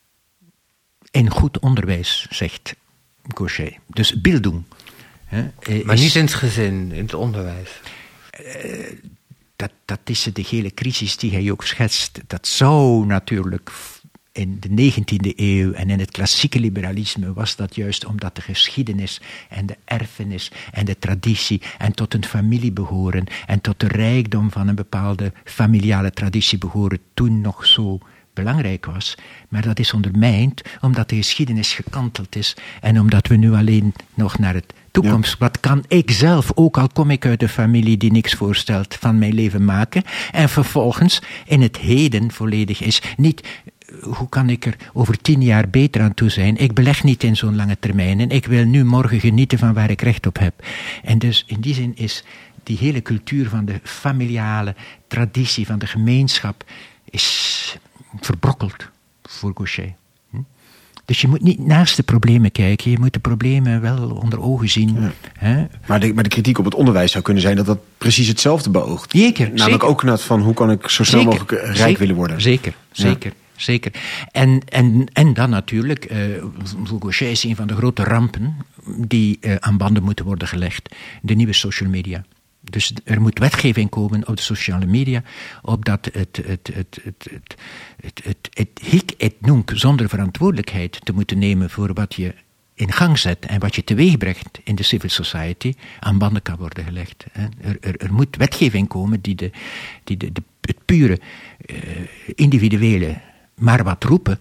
In goed onderwijs, zegt Gauchet. Dus bildung. Hè, maar is, niet in het gezin, in het onderwijs. Uh, dat, dat is de hele crisis die hij ook schetst. Dat zou natuurlijk in de negentiende eeuw en in het klassieke liberalisme was dat juist omdat de geschiedenis en de erfenis en de traditie en tot een familie behoren en tot de rijkdom van een bepaalde familiale traditie behoren toen nog zo belangrijk was. Maar dat is ondermijnd omdat de geschiedenis gekanteld is en omdat we nu alleen nog naar het toekomst, ja. Wat kan ik zelf, ook al kom ik uit een familie die niks voorstelt, van mijn leven maken en vervolgens in het heden volledig is. Niet, hoe kan ik er over tien jaar beter aan toe zijn? Ik beleg niet in zo'n lange termijn en ik wil nu morgen genieten van waar ik recht op heb. En dus in die zin is die hele cultuur van de familiale traditie, van de gemeenschap, is verbrokkeld voor Gauchet. Hm? Dus je moet niet naast de problemen kijken, je moet de problemen wel onder ogen zien. Ja. Hè? Maar, de, maar de kritiek op het onderwijs zou kunnen zijn dat dat precies hetzelfde beoogt. Zeker. Namelijk zeker. ook naar van hoe kan ik zo snel zeker, mogelijk rijk zeker, willen worden. Zeker, zeker. Ja. Zeker. En, en, en dan natuurlijk, uh, voor Gauchet is een van de grote rampen die uh, aan banden moeten worden gelegd, de nieuwe social media. Dus er moet wetgeving komen op de sociale media, opdat het, het, het, het, het, het, het, het, het hic et nunc zonder verantwoordelijkheid te moeten nemen voor wat je in gang zet en wat je teweeg brengt in de civil society, aan banden kan worden gelegd. Er, er, er moet wetgeving komen die, de, die de, de, het pure, uh, individuele, maar wat roepen,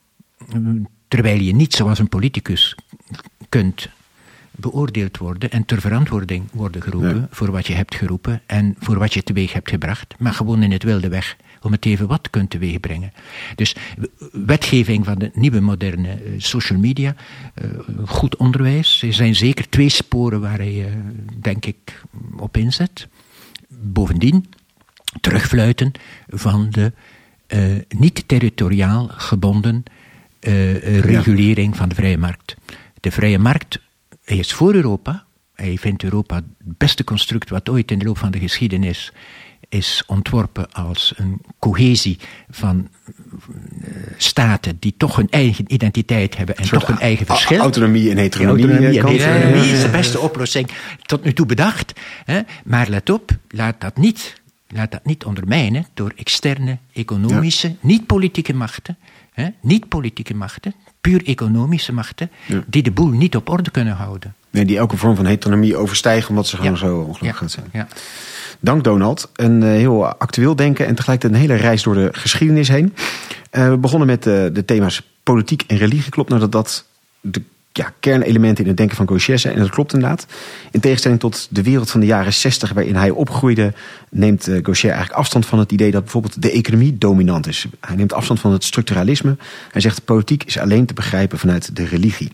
terwijl je niet zoals een politicus kunt beoordeeld worden en ter verantwoording worden geroepen ja. voor wat je hebt geroepen en voor wat je teweeg hebt gebracht, maar gewoon in het wilde weg om het even wat kunt teweeg brengen. Dus wetgeving van de nieuwe moderne uh, social media, uh, goed onderwijs, er zijn zeker twee sporen waar hij, uh, denk ik, op inzet. Bovendien, terugfluiten van de uh, niet-territoriaal gebonden uh, uh, regulering ja. van de vrije markt. De vrije markt, hij is voor Europa. Hij vindt Europa het beste construct wat ooit in de loop van de geschiedenis is ontworpen als een cohesie van uh, staten die toch hun eigen identiteit hebben en toch hun eigen verschil. Autonomie en heteronomie. Autonomie en heteronomie ja, ja, ja. is de beste oplossing tot nu toe bedacht. Hè? Maar let op, laat dat niet, laat dat niet ondermijnen door externe, economische, ja. niet-politieke machten. Hè? Niet-politieke machten, puur economische machten, ja. die de boel niet op orde kunnen houden. Nee, die elke vorm van heteronomie overstijgen omdat ze gewoon ja. zo ongelooflijk ja. groot zijn. Ja. Dank Donald. Een uh, heel actueel denken en tegelijkertijd een hele reis door de geschiedenis heen. Uh, we begonnen met uh, de thema's politiek en religie. Klopt nou dat dat de ja, kernelementen in het denken van Gaucher zijn? En dat klopt inderdaad. In tegenstelling tot de wereld van de jaren zestig waarin hij opgroeide, neemt uh, Gaucher eigenlijk afstand van het idee dat bijvoorbeeld de economie dominant is. Hij neemt afstand van het structuralisme. Hij zegt politiek is alleen te begrijpen vanuit de religie.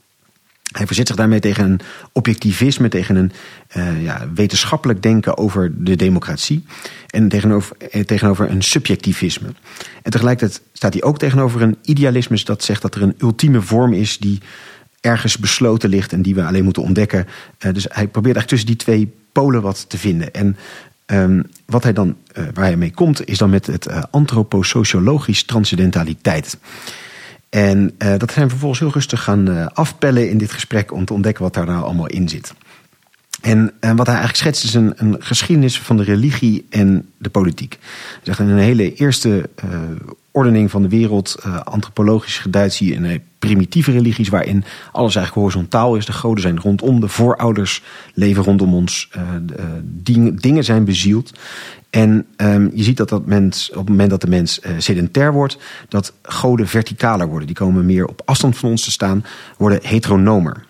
Hij verzet zich daarmee tegen een objectivisme, tegen een uh, ja, wetenschappelijk denken over de democratie en tegenover, eh, tegenover een subjectivisme. En tegelijkertijd staat hij ook tegenover een idealisme dat zegt dat er een ultieme vorm is die ergens besloten ligt en die we alleen moeten ontdekken. Uh, dus hij probeert eigenlijk tussen die twee polen wat te vinden. En um, wat hij dan, uh, waar hij mee komt, is dan met het uh, antroposociologisch transcendentaliteit. En uh, dat zijn we vervolgens heel rustig gaan uh, afpellen in dit gesprek om te ontdekken wat daar nou allemaal in zit. En uh, wat hij eigenlijk schetst is een, een geschiedenis van de religie en de politiek. Hij zegt in een hele eerste uh, ordening van de wereld, uh, antropologisch geduid, zie je een uh, primitieve religies waarin alles eigenlijk horizontaal is. De goden zijn rondom, de voorouders leven rondom ons, uh, de, uh, ding, dingen zijn bezield. En um, je ziet dat, dat mens, op het moment dat de mens uh, sedentair wordt, dat goden verticaler worden. Die komen meer op afstand van ons te staan, worden heteronomer.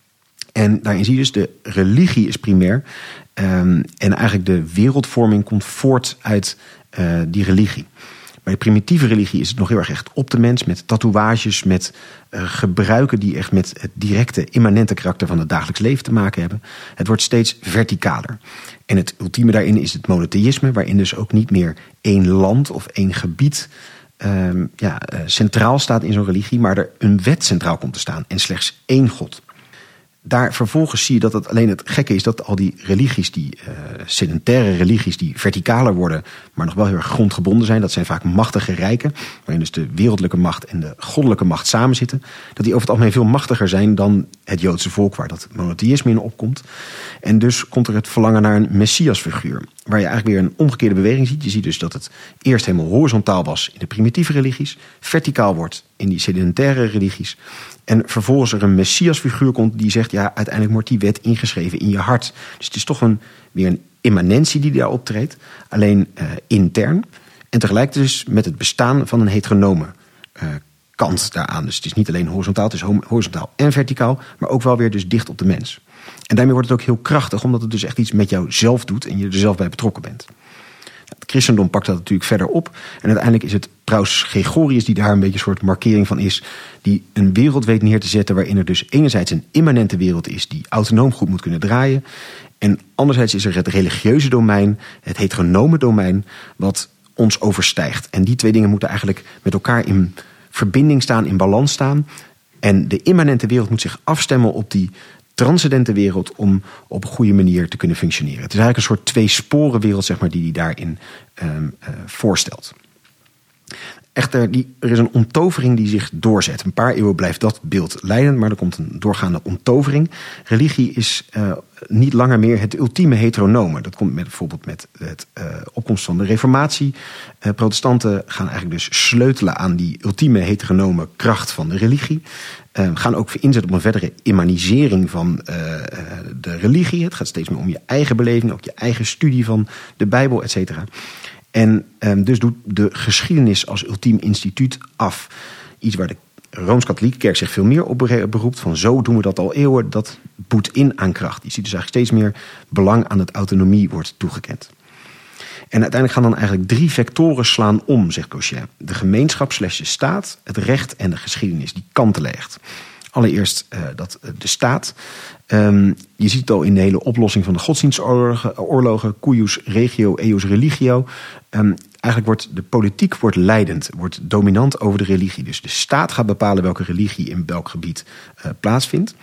En daarin zie je dus, de religie is primair. Um, en eigenlijk de wereldvorming komt voort uit uh, die religie. Bij de primitieve religie is het nog heel erg echt op de mens, met tatoeages, met uh, gebruiken die echt met het directe, immanente karakter van het dagelijks leven te maken hebben. Het wordt steeds verticaler. En het ultieme daarin is het monotheïsme, waarin dus ook niet meer één land of één gebied um, ja, uh, centraal staat in zo'n religie, maar er een wet centraal komt te staan en slechts één God. Daar vervolgens zie je dat het alleen het gekke is dat al die religies, die uh, sedentaire religies, die verticaler worden, maar nog wel heel erg grondgebonden zijn. Dat zijn vaak machtige rijken, waarin dus de wereldlijke macht en de goddelijke macht samenzitten. Dat die over het algemeen veel machtiger zijn dan het Joodse volk, waar dat monotheïsme in opkomt. En dus komt er het verlangen naar een messiasfiguur, waar je eigenlijk weer een omgekeerde beweging ziet. Je ziet dus dat het eerst helemaal horizontaal was in de primitieve religies, verticaal wordt in die sedentaire religies. En vervolgens er een messiasfiguur komt die zegt, ja, uiteindelijk wordt die wet ingeschreven in je hart. Dus het is toch een, weer een immanentie die daar optreedt, alleen uh, intern. En tegelijkertijd dus met het bestaan van een heteronome uh, kant daaraan. Dus het is niet alleen horizontaal, het is horizontaal en verticaal, maar ook wel weer dus dicht op de mens. En daarmee wordt het ook heel krachtig, omdat het dus echt iets met jou zelf doet en je er zelf bij betrokken bent. Het christendom pakt dat natuurlijk verder op. En uiteindelijk is het Paus Gregorius die daar een beetje een soort markering van is, die een wereld weet neer te zetten waarin er dus enerzijds een immanente wereld is die autonoom goed moet kunnen draaien. En anderzijds is er het religieuze domein, het heteronome domein, wat ons overstijgt. En die twee dingen moeten eigenlijk met elkaar in verbinding staan, in balans staan. En de immanente wereld moet zich afstemmen op die transcendente wereld om op een goede manier te kunnen functioneren. Het is eigenlijk een soort twee-sporen wereld, zeg maar, die hij daarin um, uh, voorstelt. Echter, die, er is een onttovering die zich doorzet. Een paar eeuwen blijft dat beeld leidend, maar er komt een doorgaande onttovering. Religie is uh, niet langer meer het ultieme heteronome. Dat komt met, bijvoorbeeld met het uh, opkomst van de Reformatie. Uh, protestanten gaan eigenlijk dus sleutelen aan die ultieme heteronome kracht van de religie. Uh, gaan ook inzetten op een verdere immanisering van uh, de religie. Het gaat steeds meer om je eigen beleving, ook je eigen studie van de Bijbel, et cetera. En um, dus doet de geschiedenis als ultiem instituut af. Iets waar de Rooms-Katholieke Kerk zich veel meer op beroept. Van zo doen we dat al eeuwen. Dat boet in aan kracht. Je ziet dus eigenlijk steeds meer belang aan het autonomie wordt toegekend. En uiteindelijk gaan dan eigenlijk drie vectoren slaan om, zegt Gauchet. De gemeenschap slash de staat, het recht en de geschiedenis. Die kantelen echt. Allereerst uh, dat, uh, de staat. Um, je ziet het al in de hele oplossing van de godsdienstoorlogen. Cuius regio, eius religio. Um, eigenlijk wordt de politiek wordt leidend, wordt dominant over de religie. Dus de staat gaat bepalen welke religie in welk gebied uh, plaatsvindt.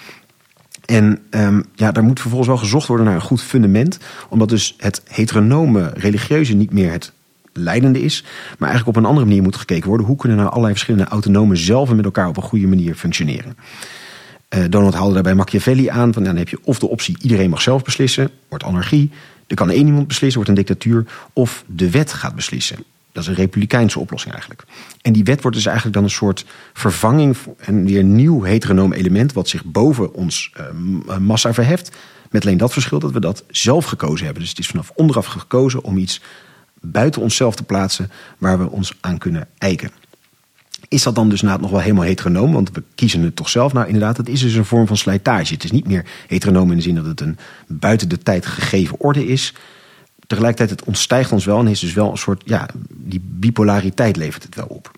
En um, ja, daar moet vervolgens wel gezocht worden naar een goed fundament. Omdat dus het heteronome religieuze niet meer het leidende is. Maar eigenlijk op een andere manier moet gekeken worden. Hoe kunnen nou allerlei verschillende autonomen zelf met elkaar op een goede manier functioneren? Uh, Donald haalde daarbij Machiavelli aan. Van, ja, dan heb je of de optie iedereen mag zelf beslissen. Wordt anarchie. Er kan één iemand beslissen, wordt een dictatuur. Of de wet gaat beslissen. Dat is een republikeinse oplossing eigenlijk. En die wet wordt dus eigenlijk dan een soort vervanging en weer een nieuw heteronoom element wat zich boven ons uh, massa verheft. Met alleen dat verschil dat we dat zelf gekozen hebben. Dus het is vanaf onderaf gekozen om iets buiten onszelf te plaatsen waar we ons aan kunnen eiken. Is dat dan dus inderdaad nog wel helemaal heteronoom? Want we kiezen het toch zelf? Nou inderdaad, het is dus een vorm van slijtage. Het is niet meer heteronoom in de zin dat het een buiten de tijd gegeven orde is. Tegelijkertijd, het ontstijgt ons wel en is dus wel een soort, ja, die bipolariteit levert het wel op.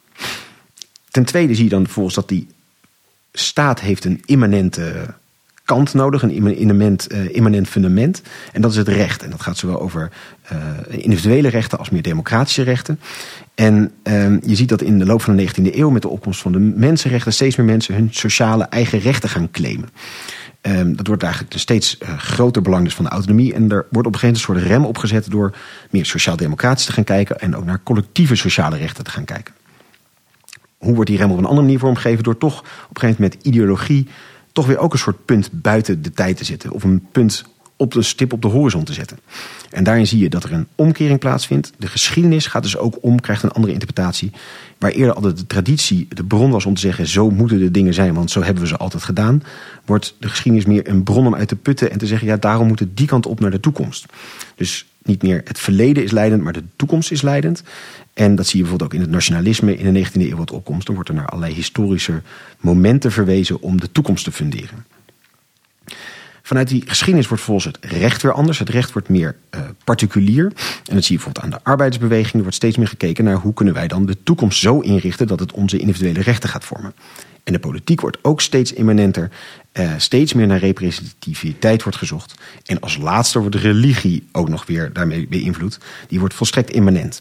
Ten tweede zie je dan volgens dat die staat heeft een immanente kant nodig, een immanent, uh, immanent fundament. En dat is het recht. En dat gaat zowel over uh, individuele rechten als meer democratische rechten. En uh, je ziet dat in de loop van de negentiende eeuw met de opkomst van de mensenrechten steeds meer mensen hun sociale eigen rechten gaan claimen. Um, dat wordt eigenlijk een steeds uh, groter belang dus van de autonomie. En er wordt op een gegeven moment een soort rem opgezet door meer sociaal-democratisch te gaan kijken en ook naar collectieve sociale rechten te gaan kijken. Hoe wordt die rem op een andere manier vormgegeven? Door toch op een gegeven moment met ideologie toch weer ook een soort punt buiten de tijd te zetten. Of een punt op de stip op de horizon te zetten. En daarin zie je dat er een omkering plaatsvindt. De geschiedenis gaat dus ook om, krijgt een andere interpretatie. Waar eerder altijd de traditie de bron was om te zeggen, zo moeten de dingen zijn, want zo hebben we ze altijd gedaan. Wordt de geschiedenis meer een bron om uit te putten en te zeggen, ja, daarom moet het die kant op naar de toekomst. Dus niet meer het verleden is leidend, maar de toekomst is leidend. En dat zie je bijvoorbeeld ook in het nationalisme in de negentiende eeuw wat opkomst. Dan wordt er naar allerlei historische momenten verwezen om de toekomst te funderen. Vanuit die geschiedenis wordt volgens het recht weer anders. Het recht wordt meer uh, particulier. En dat zie je bijvoorbeeld aan de arbeidersbeweging. Er wordt steeds meer gekeken naar hoe kunnen wij dan de toekomst zo inrichten dat het onze individuele rechten gaat vormen. En de politiek wordt ook steeds immanenter. Uh, steeds meer naar representativiteit wordt gezocht. En als laatste wordt de religie ook nog weer daarmee beïnvloed. Die wordt volstrekt immanent.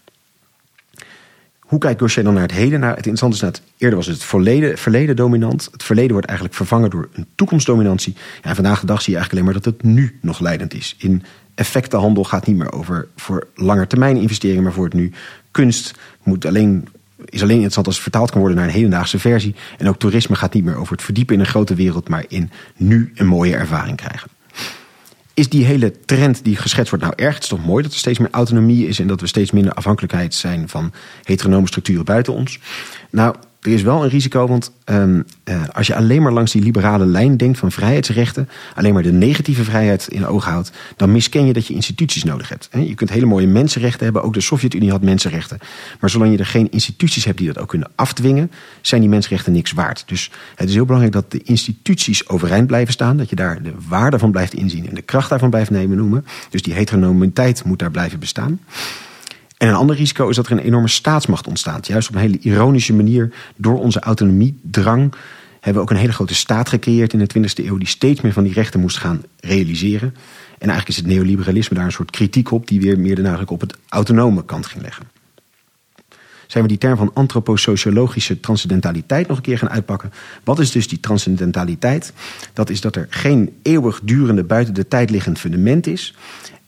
Hoe kijkt Gauchet dan naar het heden? Nou, het interessante is dat eerder was het verleden, verleden dominant. Het verleden wordt eigenlijk vervangen door een toekomstdominantie. Ja, en vandaag de dag zie je eigenlijk alleen maar dat het nu nog leidend is. In effectenhandel gaat niet meer over voor langetermijn investeringen, maar voor het nu. Kunst moet alleen, is alleen interessant als het vertaald kan worden naar een hedendaagse versie. En ook toerisme gaat niet meer over het verdiepen in een grote wereld, maar in nu een mooie ervaring krijgen. Is die hele trend die geschetst wordt nou erg? Het is toch mooi dat er steeds meer autonomie is en dat we steeds minder afhankelijkheid zijn van heteronome structuren buiten ons? Nou, er is wel een risico, want um, uh, als je alleen maar langs die liberale lijn denkt van vrijheidsrechten, alleen maar de negatieve vrijheid in oog houdt, dan misken je dat je instituties nodig hebt. Je kunt hele mooie mensenrechten hebben, ook de Sovjet-Unie had mensenrechten. Maar zolang je er geen instituties hebt die dat ook kunnen afdwingen, zijn die mensenrechten niks waard. Dus het is heel belangrijk dat de instituties overeind blijven staan, dat je daar de waarde van blijft inzien en de kracht daarvan blijft nemen noemen. Dus die heteronomiteit moet daar blijven bestaan. En een ander risico is dat er een enorme staatsmacht ontstaat. Juist op een hele ironische manier, door onze autonomiedrang, hebben we ook een hele grote staat gecreëerd in de twintigste eeuw die steeds meer van die rechten moest gaan realiseren. En eigenlijk is het neoliberalisme daar een soort kritiek op die weer meer de nadruk op het autonome kant ging leggen. Zijn we die term van antroposociologische transcendentaliteit nog een keer gaan uitpakken. Wat is dus die transcendentaliteit? Dat is dat er geen eeuwigdurende buiten de tijd liggend fundament is.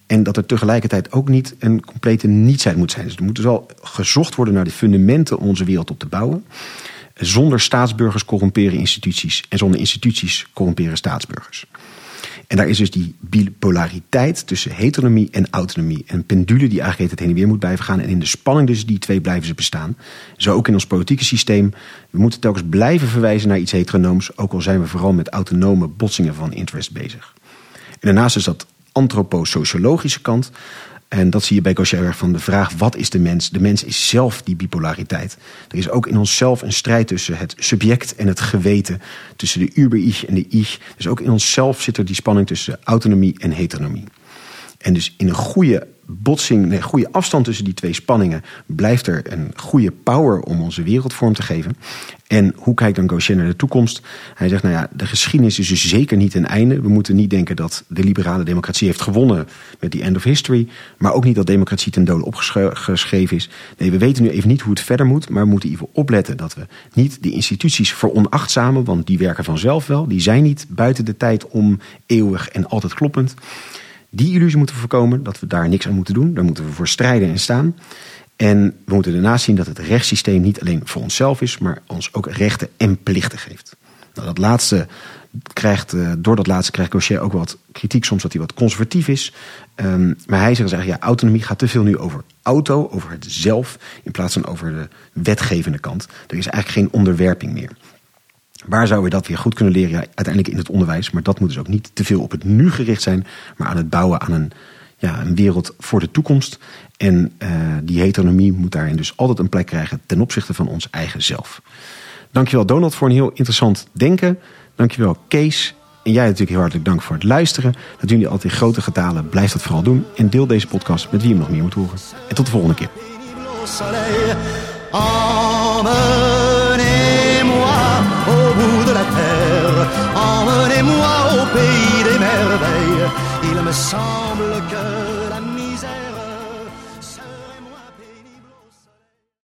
En dat er tegelijkertijd ook niet een complete nietsheid moet zijn. Dus er moet dus wel gezocht worden naar de fundamenten om onze wereld op te bouwen. Zonder staatsburgers corromperen instituties en zonder instituties corromperen staatsburgers. En daar is dus die bipolariteit tussen heteronomie en autonomie. Een pendule die eigenlijk het heen en weer moet blijven gaan. En in de spanning tussen die twee blijven ze bestaan. Zo ook in ons politieke systeem. We moeten telkens blijven verwijzen naar iets heteronooms. Ook al zijn we vooral met autonome botsingen van interest bezig. En daarnaast is dat antroposociologische kant. En dat zie je bij Gaucher van de vraag: wat is de mens? De mens is zelf die bipolariteit. Er is ook in onszelf een strijd tussen het subject en het geweten. Tussen de Über-Ich en de Ich. Dus ook in onszelf zit er die spanning tussen autonomie en heteronomie. En dus in een goede botsing, nee, goede afstand tussen die twee spanningen blijft er een goede power om onze wereld vorm te geven. En hoe kijkt dan Gaucher naar de toekomst? Hij zegt, nou ja, de geschiedenis is dus zeker niet een einde. We moeten niet denken dat de liberale democratie heeft gewonnen met die end of history. Maar ook niet dat democratie ten dode opgeschreven is. Nee, we weten nu even niet hoe het verder moet. Maar we moeten in ieder geval opletten dat we niet de instituties veronachtzamen. Want die werken vanzelf wel. Die zijn niet buiten de tijd om eeuwig en altijd kloppend. Die illusie moeten we voorkomen, dat we daar niks aan moeten doen. Daar moeten we voor strijden en staan. En we moeten daarnaast zien dat het rechtssysteem niet alleen voor onszelf is, maar ons ook rechten en plichten geeft. Nou, dat laatste krijgt, door dat laatste krijgt Gaucher ook wat kritiek, soms dat hij wat conservatief is. Um, maar hij zegt eigenlijk, ja, autonomie gaat te veel nu over auto, over het zelf, in plaats van over de wetgevende kant. Er is eigenlijk geen onderwerping meer. Waar zouden we dat weer goed kunnen leren? Ja, uiteindelijk in het onderwijs. Maar dat moet dus ook niet te veel op het nu gericht zijn. Maar aan het bouwen aan een, ja, een wereld voor de toekomst. En uh, die heteronomie moet daarin dus altijd een plek krijgen ten opzichte van ons eigen zelf. Dankjewel Donald voor een heel interessant denken. Dankjewel Kees. En jij natuurlijk heel hartelijk dank voor het luisteren. Dat doen jullie altijd in grote getalen. Blijf dat vooral doen. En deel deze podcast met wie je hem nog meer moet horen. En tot de volgende keer. Au bout de la terre, emmenez-moi au pays des merveilles. Il me semble que la